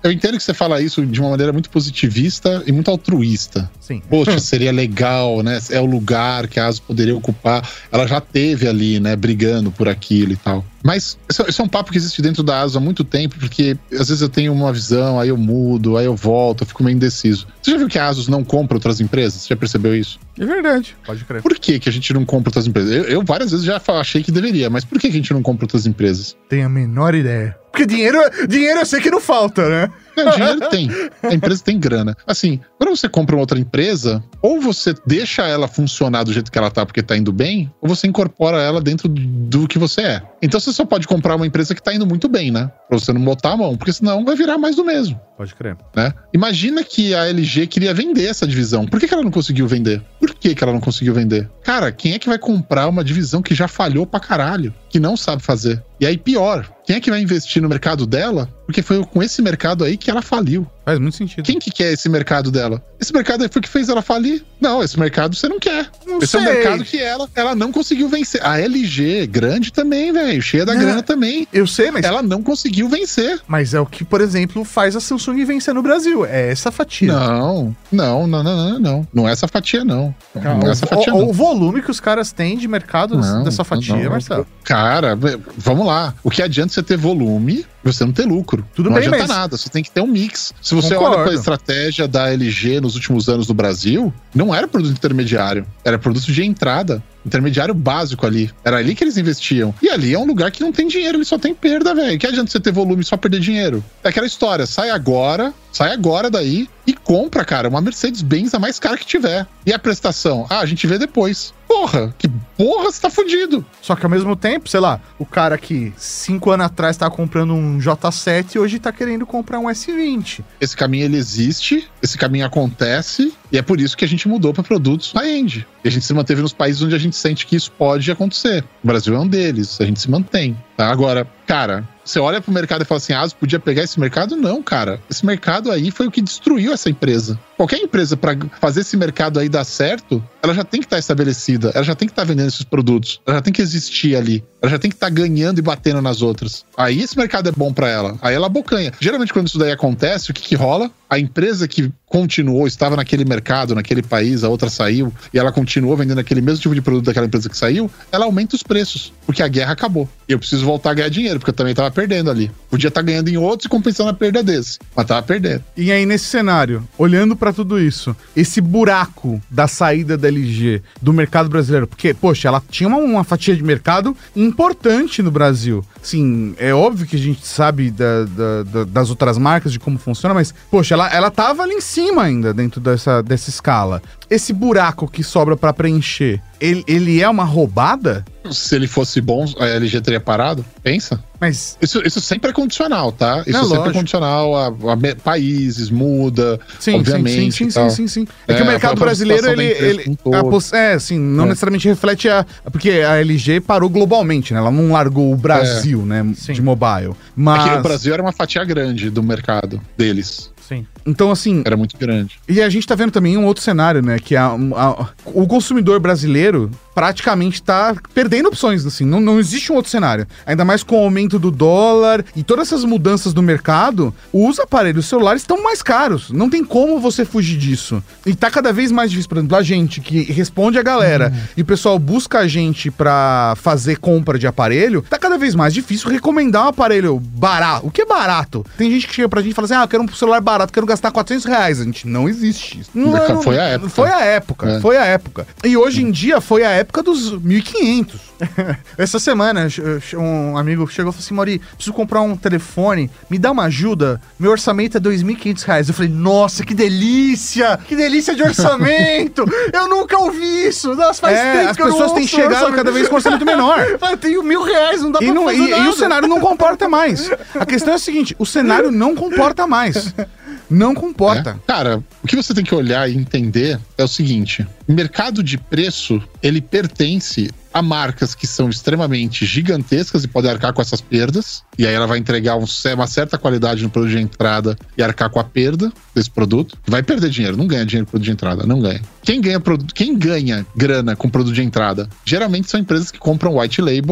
eu entendo que você fala isso de uma maneira muito positivista e muito altruísta. Sim. Poxa, seria legal, né? É o lugar que a ASUS poderia ocupar. Ela já teve ali, né? Brigando por aquilo e tal. Mas isso é um papo que existe dentro da ASUS há muito tempo, porque às vezes eu tenho uma visão, aí eu mudo, aí eu volto, eu fico meio indeciso. Você já viu que a ASUS não compra outras empresas? Você já percebeu isso? É verdade. Pode crer. Por que que a gente não compra outras empresas? Eu, eu várias vezes já achei que deveria, mas por que que a gente não compra outras empresas? Tenho a menor ideia. Porque dinheiro, dinheiro eu sei que não falta, né? Não, dinheiro tem. A empresa tem grana. Assim, quando você compra uma outra empresa, ou você deixa ela funcionar do jeito que ela tá porque tá indo bem, ou você incorpora ela dentro do que você é. Então você só pode comprar uma empresa que tá indo muito bem, né? Pra você não botar a mão, porque senão vai virar mais do mesmo. Pode crer. Né? Imagina que a L G queria vender essa divisão. Por que que ela não conseguiu vender? Por que que ela não conseguiu vender? Cara, quem é que vai comprar uma divisão que já falhou pra caralho? Que não sabe fazer? E aí, pior, quem é que vai investir no mercado dela? Porque foi com esse mercado aí que ela faliu. Faz muito sentido. Quem que quer esse mercado dela? Esse mercado aí foi o que fez ela falir? Não, esse mercado você não quer. Não esse sei. é um mercado que ela, ela não conseguiu vencer. A L G, grande também, velho, cheia da Não, grana também. Eu sei, mas... Ela não conseguiu vencer. Mas é o que, por exemplo, faz a Samsung vencer no Brasil. É essa fatia. Não, não, não, não, não, não. Não é essa fatia, não. Não, O, é essa fatia, o, não. o volume que os caras têm de mercado Não, dessa fatia, não. Marcelo. Cara, vamos lá. O que adianta você ter volume e você não ter lucro? Tudo não bem, adianta mas- nada. Você tem que ter um mix. Se você Concordo. olha para a estratégia da L G nos últimos anos no Brasil, não era produto intermediário. Era produto de entrada. Intermediário básico ali. Era ali que eles investiam. E ali é um lugar que não tem dinheiro, ele só tem perda, velho. Que adianta você ter volume e só perder dinheiro? É aquela história, sai agora, sai agora daí e compra, cara, uma Mercedes-Benz a mais cara que tiver. E a prestação? Ah, a gente vê depois. Porra, que porra, você tá fudido. Só que ao mesmo tempo, sei lá, o cara que cinco anos atrás tava comprando um J sete e hoje tá querendo comprar um S vinte. Esse caminho, ele existe, esse caminho acontece, e é por isso que a gente mudou para produtos high-end. E a gente se manteve nos países onde a gente sente que isso pode acontecer. O Brasil é um deles, a gente se mantém. Tá? Agora, cara, você olha pro mercado e fala assim, ah, ASUS podia pegar esse mercado? Não, cara. Esse mercado aí foi o que destruiu essa empresa. Qualquer empresa, para fazer esse mercado aí dar certo, ela já tem que estar estabelecida, ela já tem que estar vendendo esses produtos, ela já tem que existir ali, ela já tem que estar ganhando e batendo nas outras. Aí esse mercado é bom para ela, aí ela abocanha. Geralmente quando isso daí acontece, o que que rola? A empresa que continuou, estava naquele mercado, naquele país, a outra saiu, e ela continuou vendendo aquele mesmo tipo de produto daquela empresa que saiu, ela aumenta os preços, porque a guerra acabou. E eu preciso voltar a ganhar dinheiro, porque eu também estava perdendo ali. Podia estar ganhando em outros e compensando a perda desse, mas estava perdendo. E aí, nesse cenário, olhando pra tudo isso, esse buraco da saída da L G do mercado brasileiro, porque, poxa, ela tinha uma, uma fatia de mercado importante no Brasil. Sim, é óbvio que a gente sabe da, da, da, das outras marcas, de como funciona, mas, poxa, ela, ela tava ali em cima ainda, dentro dessa, dessa escala. Esse buraco que sobra pra preencher, ele, ele é uma roubada? Se ele fosse bom, a L G teria parado? Pensa. Mas... Isso, isso sempre é condicional, tá? Isso Não, sempre lógico. é condicional a, a me- países, muda, Sim, obviamente. sim, sim, e sim, tal. sim, sim, sim. É, É, que o mercado a- a brasileiro, situação da ele... empresa ele como um a todo. poss- é, assim, não É. necessariamente reflete a... Porque a L G parou globalmente, né? Ela não largou o Brasil, né? Sim. De mobile. É Mas... que o Brasil era uma fatia grande do mercado deles. Sim. Então, assim... Era muito grande. E a gente tá vendo também um outro cenário, né? Que a, a- o consumidor brasileiro praticamente tá perdendo opções, assim. Não, não existe um outro cenário. Ainda mais com o aumento do dólar e todas essas mudanças do mercado, os aparelhos celulares estão mais caros. Não tem como você fugir disso. E tá cada vez mais difícil. Por exemplo, a gente que responde a galera e o pessoal busca a gente pra fazer compra de aparelho, tá cada vez mais difícil recomendar um aparelho barato. O que é barato? Tem gente que chega pra gente e fala assim, ah, eu quero um celular barato, quero gastar quatrocentos reais. A gente, não existe isso. Não, não- Foi a época. Foi a época, É. foi a época. E hoje em dia foi a época dos mil e quinhentos. Essa semana, um amigo chegou e falou assim, Mauri, preciso comprar um telefone, me dá uma ajuda, meu orçamento é dois mil e quinhentos reais. Eu falei, nossa, que delícia, que delícia de orçamento, eu nunca ouvi isso, nossa, faz É, tempo as que eu não pessoas têm ouço chegado orçamento. cada vez com orçamento menor. Eu tenho mil reais, não dá E, pra não- fazer e- nada. e o cenário não comporta mais. A questão é a seguinte, o cenário não comporta mais. Não comporta. É. Cara, o que você tem que olhar e entender é o seguinte: o mercado de preço, ele pertence a marcas que são extremamente gigantescas e podem arcar com essas perdas, e aí ela vai entregar um, uma certa qualidade no produto de entrada e arcar com a perda desse produto. Vai perder dinheiro, não ganha dinheiro com produto de entrada, não ganha. Quem ganha, produ- quem ganha grana com produto de entrada, geralmente são empresas que compram white label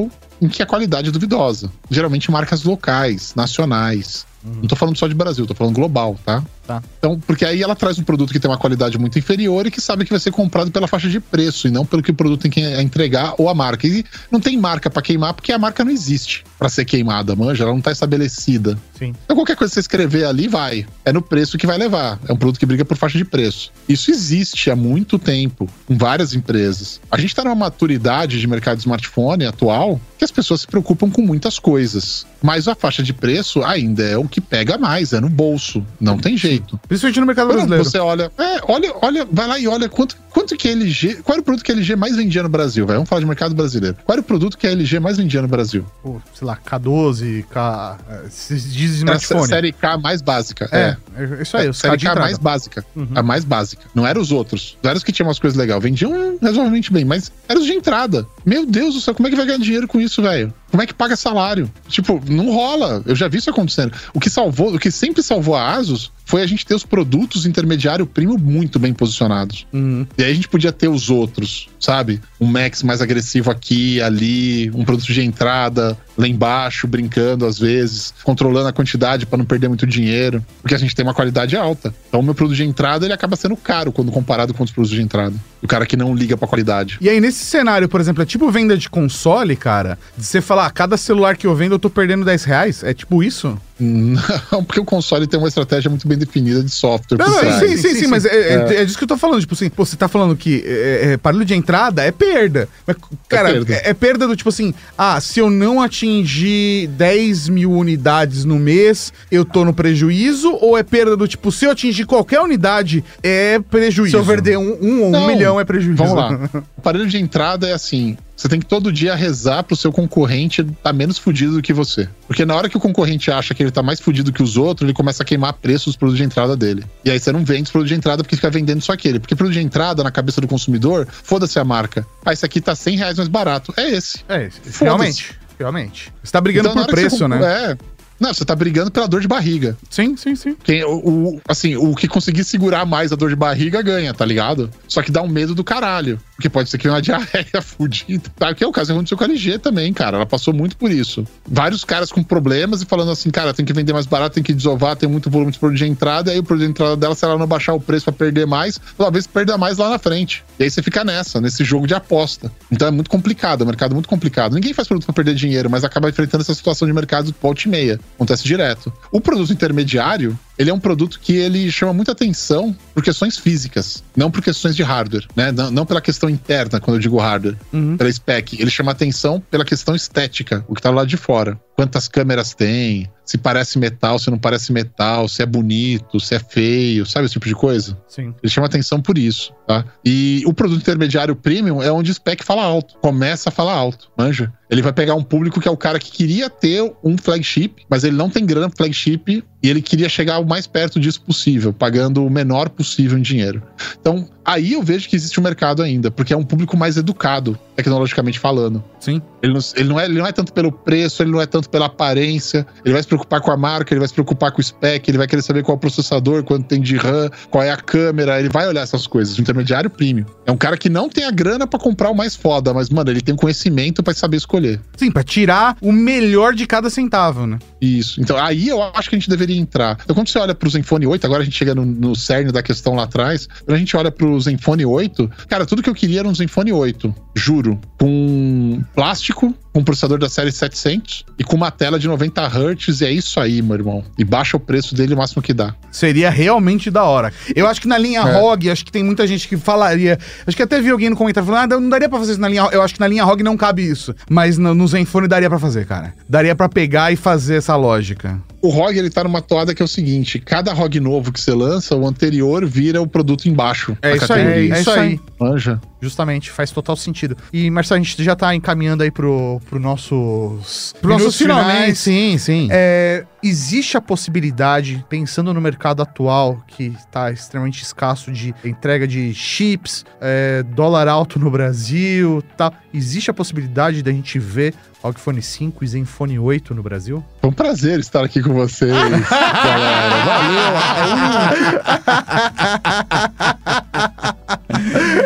em que a qualidade é duvidosa. Geralmente marcas locais, nacionais. Uhum. Não tô falando só de Brasil, tô falando global, tá? Tá. Então, porque aí ela traz um produto que tem uma qualidade muito inferior e que sabe que vai ser comprado pela faixa de preço e não pelo que o produto tem que entregar ou a marca. E não tem marca pra queimar porque a marca não existe pra ser queimada, manja, ela não tá estabelecida. Sim. Então qualquer coisa que você escrever ali vai. É no preço que vai levar. É um produto que briga por faixa de preço. Isso existe há muito tempo com várias empresas. A gente tá numa maturidade de mercado de smartphone atual que as pessoas se preocupam com muitas coisas. Mas a faixa de preço ainda é o que pega mais, é no bolso. Não tem jeito. Principalmente no mercado Quando brasileiro. você olha, é, olha, olha, vai lá e olha quanto, quanto que a L G, qual era o produto que a L G mais vendia no Brasil, velho? Vamos falar de mercado brasileiro. Qual era o produto que a L G mais vendia no Brasil? Pô, sei lá, K doze, K... Se diz Era a smartphone. série K mais básica. É, É, é isso aí, os série K de K entrada. mais básica. Uhum. A mais básica. Não eram os outros. Não eram os que tinham umas coisas legais. Vendiam razoavelmente bem, mas eram os de entrada. Meu Deus do céu, como é que vai ganhar dinheiro com isso, velho? Como é que paga salário? Tipo, não rola. Eu já vi isso acontecendo. O que salvou, o que sempre salvou a Asus foi a gente ter os produtos intermediário premium muito bem posicionados. Uhum. E aí a gente podia ter os outros, sabe? Um Max mais agressivo aqui, ali, um produto de entrada lá embaixo, brincando às vezes, controlando a quantidade para não perder muito dinheiro, porque a gente tem uma qualidade alta. Então o meu produto de entrada, ele acaba sendo caro quando comparado com os produtos de entrada. O cara que não liga pra qualidade. E aí, nesse cenário, por exemplo, é tipo venda de console, cara, de você falar, cada celular que eu vendo eu tô perdendo dez reais? É tipo isso? Não, porque o console tem uma estratégia muito bem definida de software. Não, por não, trás. sim, sim, sim, sim, sim. mas é, é, É. é disso que eu tô falando. Tipo assim, pô, você tá falando que é, é, aparelho de entrada é perda. Mas, cara, é perda. perda. É, perda do tipo assim, ah, se eu não atingir dez mil unidades no mês, eu tô no prejuízo? Ou é perda do tipo, se eu atingir qualquer unidade, é prejuízo? Se eu vender um, um ou um Não, milhão é prejuízo. Vamos lá. O aparelho de entrada é assim: você tem que todo dia rezar pro seu concorrente estar menos fudido do que você. Porque na hora que o concorrente acha que ele tá mais fudido que os outros, ele começa a queimar preço dos produtos de entrada dele. E aí você não vende os produtos de entrada porque fica vendendo só aquele. Porque produto de entrada, na cabeça do consumidor, foda-se a marca. Ah, esse aqui tá cem reais mais barato. É esse. É, Foda-se. realmente. Realmente. Você tá brigando Então, na por hora que você preço, compra- né? É. Não, você tá brigando pela dor de barriga. Sim, sim, sim. Quem, o, o- assim, o que conseguir segurar mais a dor de barriga ganha, tá ligado? Só que dá um medo do caralho. Porque pode ser que venha uma diarreia fudida. Tá? Que é o caso que aconteceu com a L G também, cara. Ela passou muito por isso. Vários caras com problemas e falando assim, cara, tem que vender mais barato, tem que desovar, tem muito volume de produto de entrada. E aí o produto de entrada dela, se ela não baixar o preço pra perder mais, talvez perda mais lá na frente. E aí você fica nessa, nesse jogo de aposta. Então é muito complicado, é um mercado muito complicado. Ninguém faz produto pra perder dinheiro, mas acaba enfrentando essa situação de mercado volta e meia. Acontece direto. O produto intermediário, ele é um produto que ele chama muita atenção por questões físicas, não por questões de hardware, né? Não, não pela questão interna, quando eu digo hardware, Uhum. pela spec. Ele chama atenção pela questão estética, o que tá lá de fora. Quantas câmeras tem, se parece metal, se não parece metal, se é bonito, se é feio, sabe esse tipo de coisa? Sim. Ele chama atenção por isso, tá? E o produto intermediário premium é onde o spec fala alto, começa a falar alto, manja? Ele vai pegar um público que é o cara que queria ter um flagship, mas ele não tem grana pro flagship e ele queria chegar o mais perto disso possível, pagando o menor possível em dinheiro. Então, aí eu vejo que existe um mercado ainda, porque é um público mais educado, tecnologicamente falando. Sim. Ele não, ele, não é, ele não é tanto pelo preço, ele não é tanto pela aparência, ele vai se preocupar com a marca, ele vai se preocupar com o spec, ele vai querer saber qual é o processador, quanto tem de RAM, qual é a câmera, ele vai olhar essas coisas. O intermediário premium é um cara que não tem a grana pra comprar o mais foda, mas, mano, ele tem conhecimento pra saber escolher. Sim, pra tirar o melhor de cada centavo, né? Isso. Então, aí eu acho que a gente deveria entrar. Então, quando você olha pro Zenfone oito, agora a gente chega no, no cerne da questão lá atrás, quando a gente olha pro Zenfone oito, cara, tudo que eu queria era um Zenfone oito, juro, com plástico, com um processador da série setecentos e com uma tela de noventa hertz, e é isso aí, meu irmão. E baixa o preço dele o máximo que dá. Seria realmente da hora. Eu acho que na linha É. R O G, acho que tem muita gente que falaria. Acho que até vi alguém no comentário falando, ah, não daria pra fazer isso na linha R O G. Eu acho que na linha R O G não cabe isso. Mas no, no Zenfone daria pra fazer, cara. Daria pra pegar e fazer essa lógica. O R O G, ele tá numa toada que é o seguinte: cada R O G novo que você lança, o anterior vira o produto embaixo. É da isso aí, categoria. é isso aí. Manja. Justamente, faz total sentido. E, Marcelo, a gente já tá encaminhando aí pro, pro nossos... Pro nossos minutos finalmente, sim, sim. É, existe a possibilidade, pensando no mercado atual, que está extremamente escasso de entrega de chips, é, dólar alto no Brasil, tal, existe a possibilidade da gente ver R O G Phone cinco e Zenfone oito no Brasil? Foi um prazer estar aqui com vocês, galera. Valeu!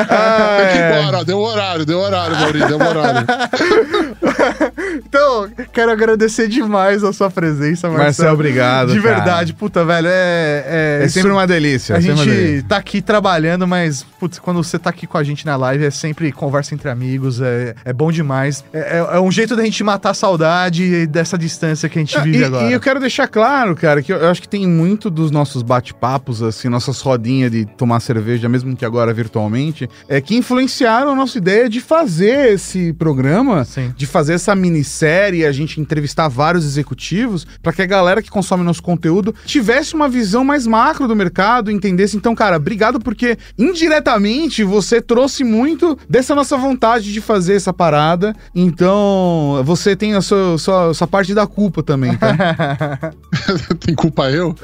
Ah, tem que ir embora, ó, deu horário, deu horário, Maurício, deu horário. Então, quero agradecer demais a sua presença, Marcelo. Marcelo, obrigado, De cara. verdade, puta, velho, é... É sempre uma delícia. A sempre uma gente delícia. tá aqui trabalhando, mas, putz, quando você tá aqui com a gente na live, é sempre conversa entre amigos, é, é bom demais. É, é, é um jeito da gente matar a saudade dessa distância que a gente vive e, agora. E eu quero deixar claro, cara, que eu, eu acho que tem muito dos nossos bate-papos, assim, nossas rodinhas de tomar cerveja, mesmo que agora virtualmente, é que influenciaram a nossa ideia de fazer esse programa, Sim. de fazer essa minissérie, a gente entrevistar vários executivos, pra que a galera que consome nosso conteúdo tivesse uma visão mais macro do mercado, entendesse. Então, cara, obrigado porque indiretamente você trouxe muito dessa nossa vontade de fazer essa parada. Então, você tem a sua, sua, sua parte da culpa também, tá? Tem culpa eu?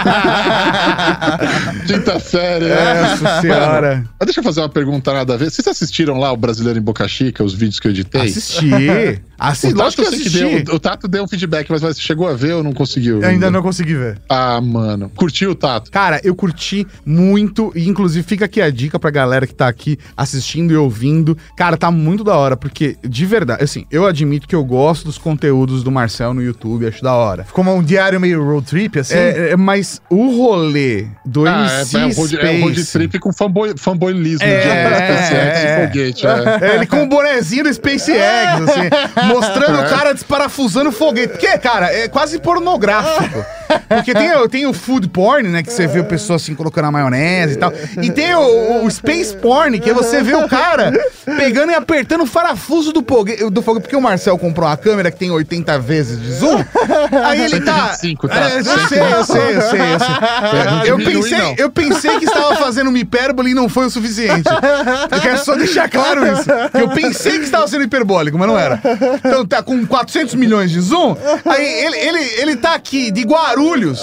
Quinta série. Nossa senhora. Mas deixa eu fazer uma pergunta nada a ver. Vocês assistiram lá o Brasileiro em Boca Chica, os vídeos que eu editei? Assisti. Assisti. O Lógico Tato, que eu eu sei que assisti. deu, o Tato deu um feedback, mas você chegou a ver ou não conseguiu? Eu ainda não consegui ver. Ah, mano. Curtiu, Tato? Cara, eu curti muito e inclusive fica aqui a dica pra galera que tá aqui assistindo e ouvindo. Cara, tá muito da hora, porque de verdade, assim, eu admito que eu gosto dos conteúdos do Marcel no YouTube, acho da hora. Ficou um diário meio road trip, assim? É, é, mas o rolê do Ah, M C é, é, um road, Space... é um road trip com fanboy, fanboylismo É, de é, SpaceX é. e foguete. É. É, ele com o bonezinho do SpaceX, assim, mostrando o cara desparafusando foguete. Porque, cara, é quase pornográfico. Porque tem, o- tem o food porn, né, que você vê o pessoa assim colocando a maionese e tal. E tem o, o space porn, que você vê o cara pegando e apertando o parafuso do foguete. Do foguete porque o Marcel comprou uma câmera que tem oitenta vezes de zoom. Aí ele tá... cento e vinte e cinco, tá? É, eu sei, eu sei, eu sei, eu sei. Não Eu diminui, pensei, não. eu pensei que estava fazendo uma hipérbole e não foi o suficiente. Eu quero só deixar claro isso. Que eu pensei que estava sendo hiperbólico, mas não era. Então tá com quatrocentos milhões de zoom. Aí ele, ele, ele tá aqui de Guarulhos,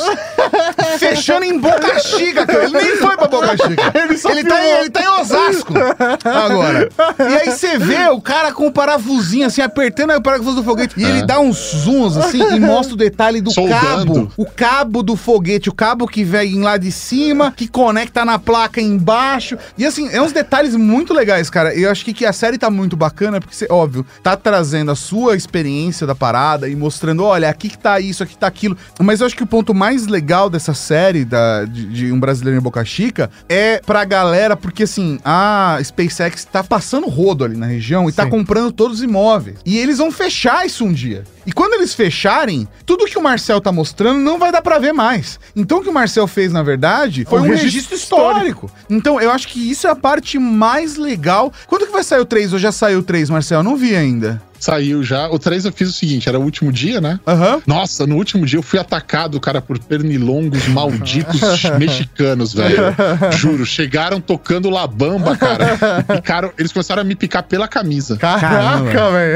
fechando em Boca Chica, cara. Ele nem foi pra Boca Chica. Ele, ele, tá, em, ele tá em Osasco agora. E aí você vê o cara com o parafusinho assim, apertando aí o parafuso do foguete. E É. ele dá uns zooms assim e mostra o detalhe do Soldando. cabo. O cabo do foguete, o cabo que vem lá de cima, que conecta na placa embaixo. E assim, é uns detalhes muito legais, cara. Eu acho que, que a série tá muito bacana, porque, você, óbvio, tá trazendo a sua experiência da parada e mostrando, olha, aqui que tá isso, aqui tá aquilo. Mas eu acho que o ponto mais legal dessa série, da, de, de Um Brasileiro em Boca Chica, é pra galera, porque assim, a SpaceX tá passando rodo ali na região e tá Sim. comprando todos os imóveis. E eles vão fechar isso um dia. E quando eles fecharem, tudo que o Marcel tá mostrando não vai dar pra ver mais. Então o que o Marcel fez, na verdade, foi Um um, registro registro histórico. Então eu acho que isso é a parte mais legal. Quando que vai sair o três? Ou já saiu o três, Marcel? Eu não vi ainda. Saiu já. O três eu fiz o seguinte, era o último dia, né? Aham. Nossa, no último dia eu fui atacado, cara, por pernilongos malditos mexicanos, velho. Juro, chegaram tocando La Bamba, cara. E picaram, eles começaram a me picar pela camisa. Caraca, velho.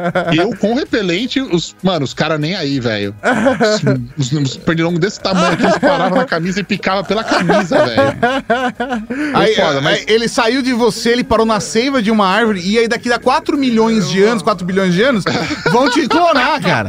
Eu com repelente, os, mano, os caras nem aí, velho. Os, os, os pernilongos desse tamanho que eles paravam na camisa e picavam pela camisa, velho. Aí, foda, mas- aí ele saiu de você, ele parou na seiva de uma árvore, e aí daqui a quatro milhões de anos, quatro bilhões de anos, vão te clonar, cara.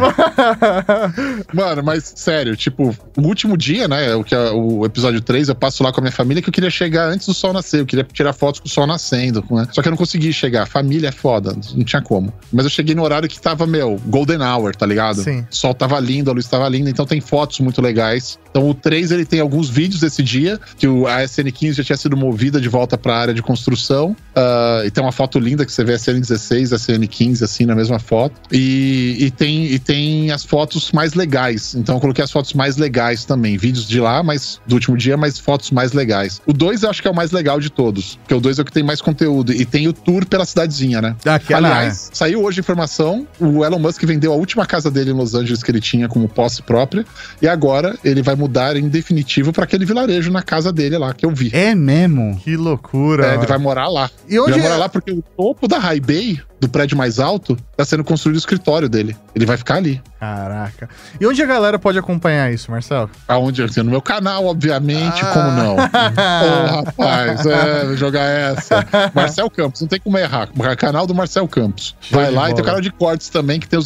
Mano, mas sério, tipo, o último dia, né? O, que é o episódio três, eu passo lá com a minha família que eu queria chegar antes do sol nascer. Eu queria tirar fotos com o sol nascendo, né? Só que eu não consegui chegar. Família é foda, não tinha como. Mas eu cheguei no horário que tava, meu, golden hour, tá ligado? Sim. O sol tava lindo, a luz tava linda, então tem fotos muito legais. Então o três, ele tem alguns vídeos desse dia, que o, a S N quinze já tinha sido movida de volta pra área de construção. Uh, e tem uma foto linda que você vê a S N dezesseis, a S N quinze, assim, na mesma foto. E, e, tem, e tem as fotos mais legais. Então eu coloquei as fotos mais legais também. Vídeos de lá, mas do último dia, mas fotos mais legais. O dois eu acho que é o mais legal de todos. Porque o dois é o que tem mais conteúdo. E tem o tour pela cidadezinha, né? Aquela, Aliás, saiu hoje a informação, o Elon Musk vendeu a última casa dele em Los Angeles que ele tinha como posse própria, e agora ele vai mudar em definitivo pra aquele vilarejo na casa dele lá, que eu vi. É mesmo? Que loucura. É, ele mano. vai morar lá. E onde Ele vai é? morar lá porque o topo da High Bay, do prédio mais alto, tá sendo construído o escritório dele. Ele vai ficar ali. Caraca. E onde a galera pode acompanhar isso, Marcelo? Aonde? Assim, no meu canal, obviamente, Ah. como não? Ô, rapaz, é, vou jogar essa. Marcel Campos, não tem como errar. Canal do Marcel Campos. Show Vai de lá bola. e tem o canal de cortes também, que tem os resumão,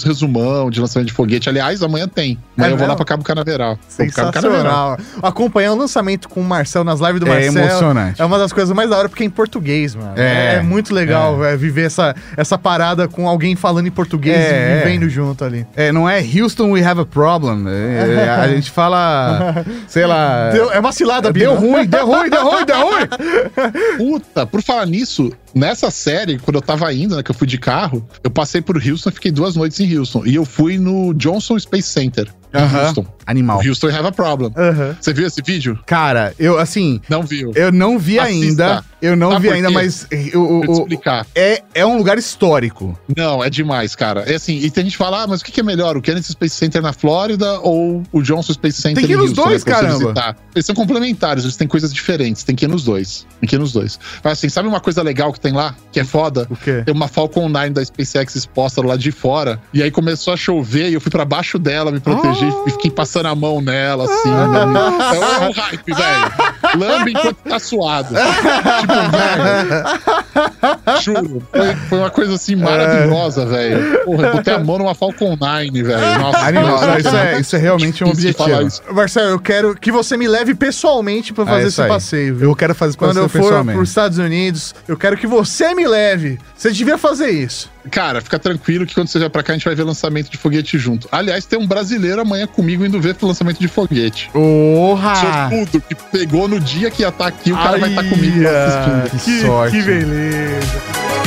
Alemão, de lançamento de foguete. Aliás, amanhã tem. Amanhã É eu vou lá mesmo? pra Cabo Canaveral. Vou pro Cabo Sensacional. Acompanhar o lançamento com o Marcel nas lives do É Marcel. emocionante. É uma das coisas mais da hora, porque é em português, mano. É. É, é muito legal é, viver essa, essa parada com alguém falando em português É. e vivendo junto ali. É, não é Houston, we have a problem. É, é, a gente fala, sei lá... Deu- é uma cilada, Deu Bino. ruim, deu ruim, deu ruim, deu ruim. Puta, por falar nisso, nessa série, quando eu tava indo, né, que eu fui de carro, eu passei por Houston e fiquei duas noites em Houston. E eu fui no Johnson Space Center, em Aham. Houston. Animal. Houston have a problem. Aham. Você viu esse vídeo? Cara, eu, assim, Não viu. eu não vi Assista. ainda, eu não Sabe vi por ainda, quê? mas o, o- Vou te o- explicar. é, é um lugar histórico. Não, é demais, cara. É assim, e tem gente que fala, ah, mas o que que é melhor, o Kennedy Space Center na Flórida ou o Johnson Space Center Tem que ir em nos Houston, dois, né, pra você caramba. visitar? Eles são complementares, eles têm coisas diferentes, tem que ir nos dois. Tem que ir nos dois. Mas assim, sabe uma coisa legal que tem lá, que é foda? O quê? Tem uma Falcon nove da SpaceX exposta lá de fora, e aí começou a chover e eu fui pra baixo dela me proteger Ah. e fiquei passando a mão nela, assim. né? Então é um hype, velho. Lambe enquanto tá suado. Tipo, velho. Juro. Foi, foi uma coisa assim maravilhosa, velho. Porra, eu botei a mão numa Falcon nove, velho. Nossa, Animal. Deus, Não, isso, é, isso é realmente um difícil de falar objetivo. isso. Marcel, eu quero que você me leve pessoalmente pra fazer É isso esse aí. passeio, viu? Eu quero fazer Quando eu passeio for pessoalmente. pros Estados Unidos, eu quero que você me leve. Você devia fazer isso. Cara, fica tranquilo que quando você vier pra cá, a gente vai ver lançamento de foguete junto. Aliás, tem um brasileiro amanhã comigo indo ver o lançamento de foguete. Porra! Sortudo, que pegou no dia que ia estar aqui, o cara vai estar comigo lá assistindo. Que sorte. Que beleza.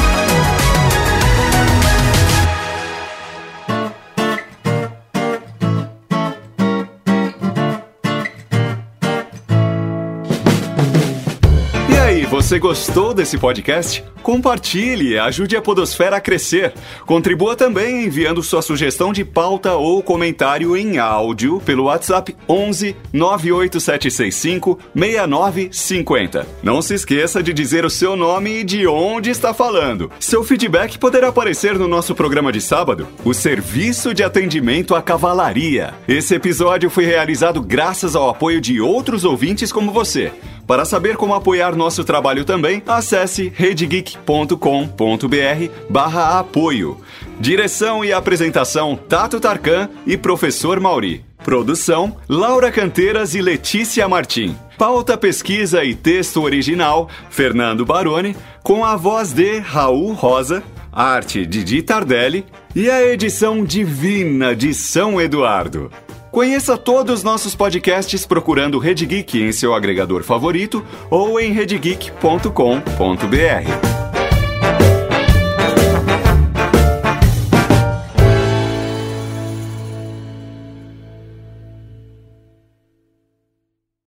E aí, você gostou desse podcast? Compartilhe, ajude a Podosfera a crescer. Contribua também enviando sua sugestão de pauta ou comentário em áudio pelo WhatsApp onze nove oito sete seis cinco seis nove cinco zero. Não se esqueça de dizer o seu nome e de onde está falando. Seu feedback poderá aparecer no nosso programa de sábado, o Serviço de Atendimento à Cavalaria. Esse episódio foi realizado graças ao apoio de outros ouvintes como você. Para saber como apoiar nosso trabalho também, acesse redegeek ponto com ponto br barra apoio. Direção e apresentação Tato Tarkan e Professor Mauri. Produção Laura Canteiras e Letícia Martim. Pauta, pesquisa e texto original Fernando Baroni, com a voz de Raul Rosa, arte de Di Tardelli e a edição divina de São Eduardo. Conheça todos os nossos podcasts procurando Rede Geek em seu agregador favorito ou em redegeek ponto com ponto br.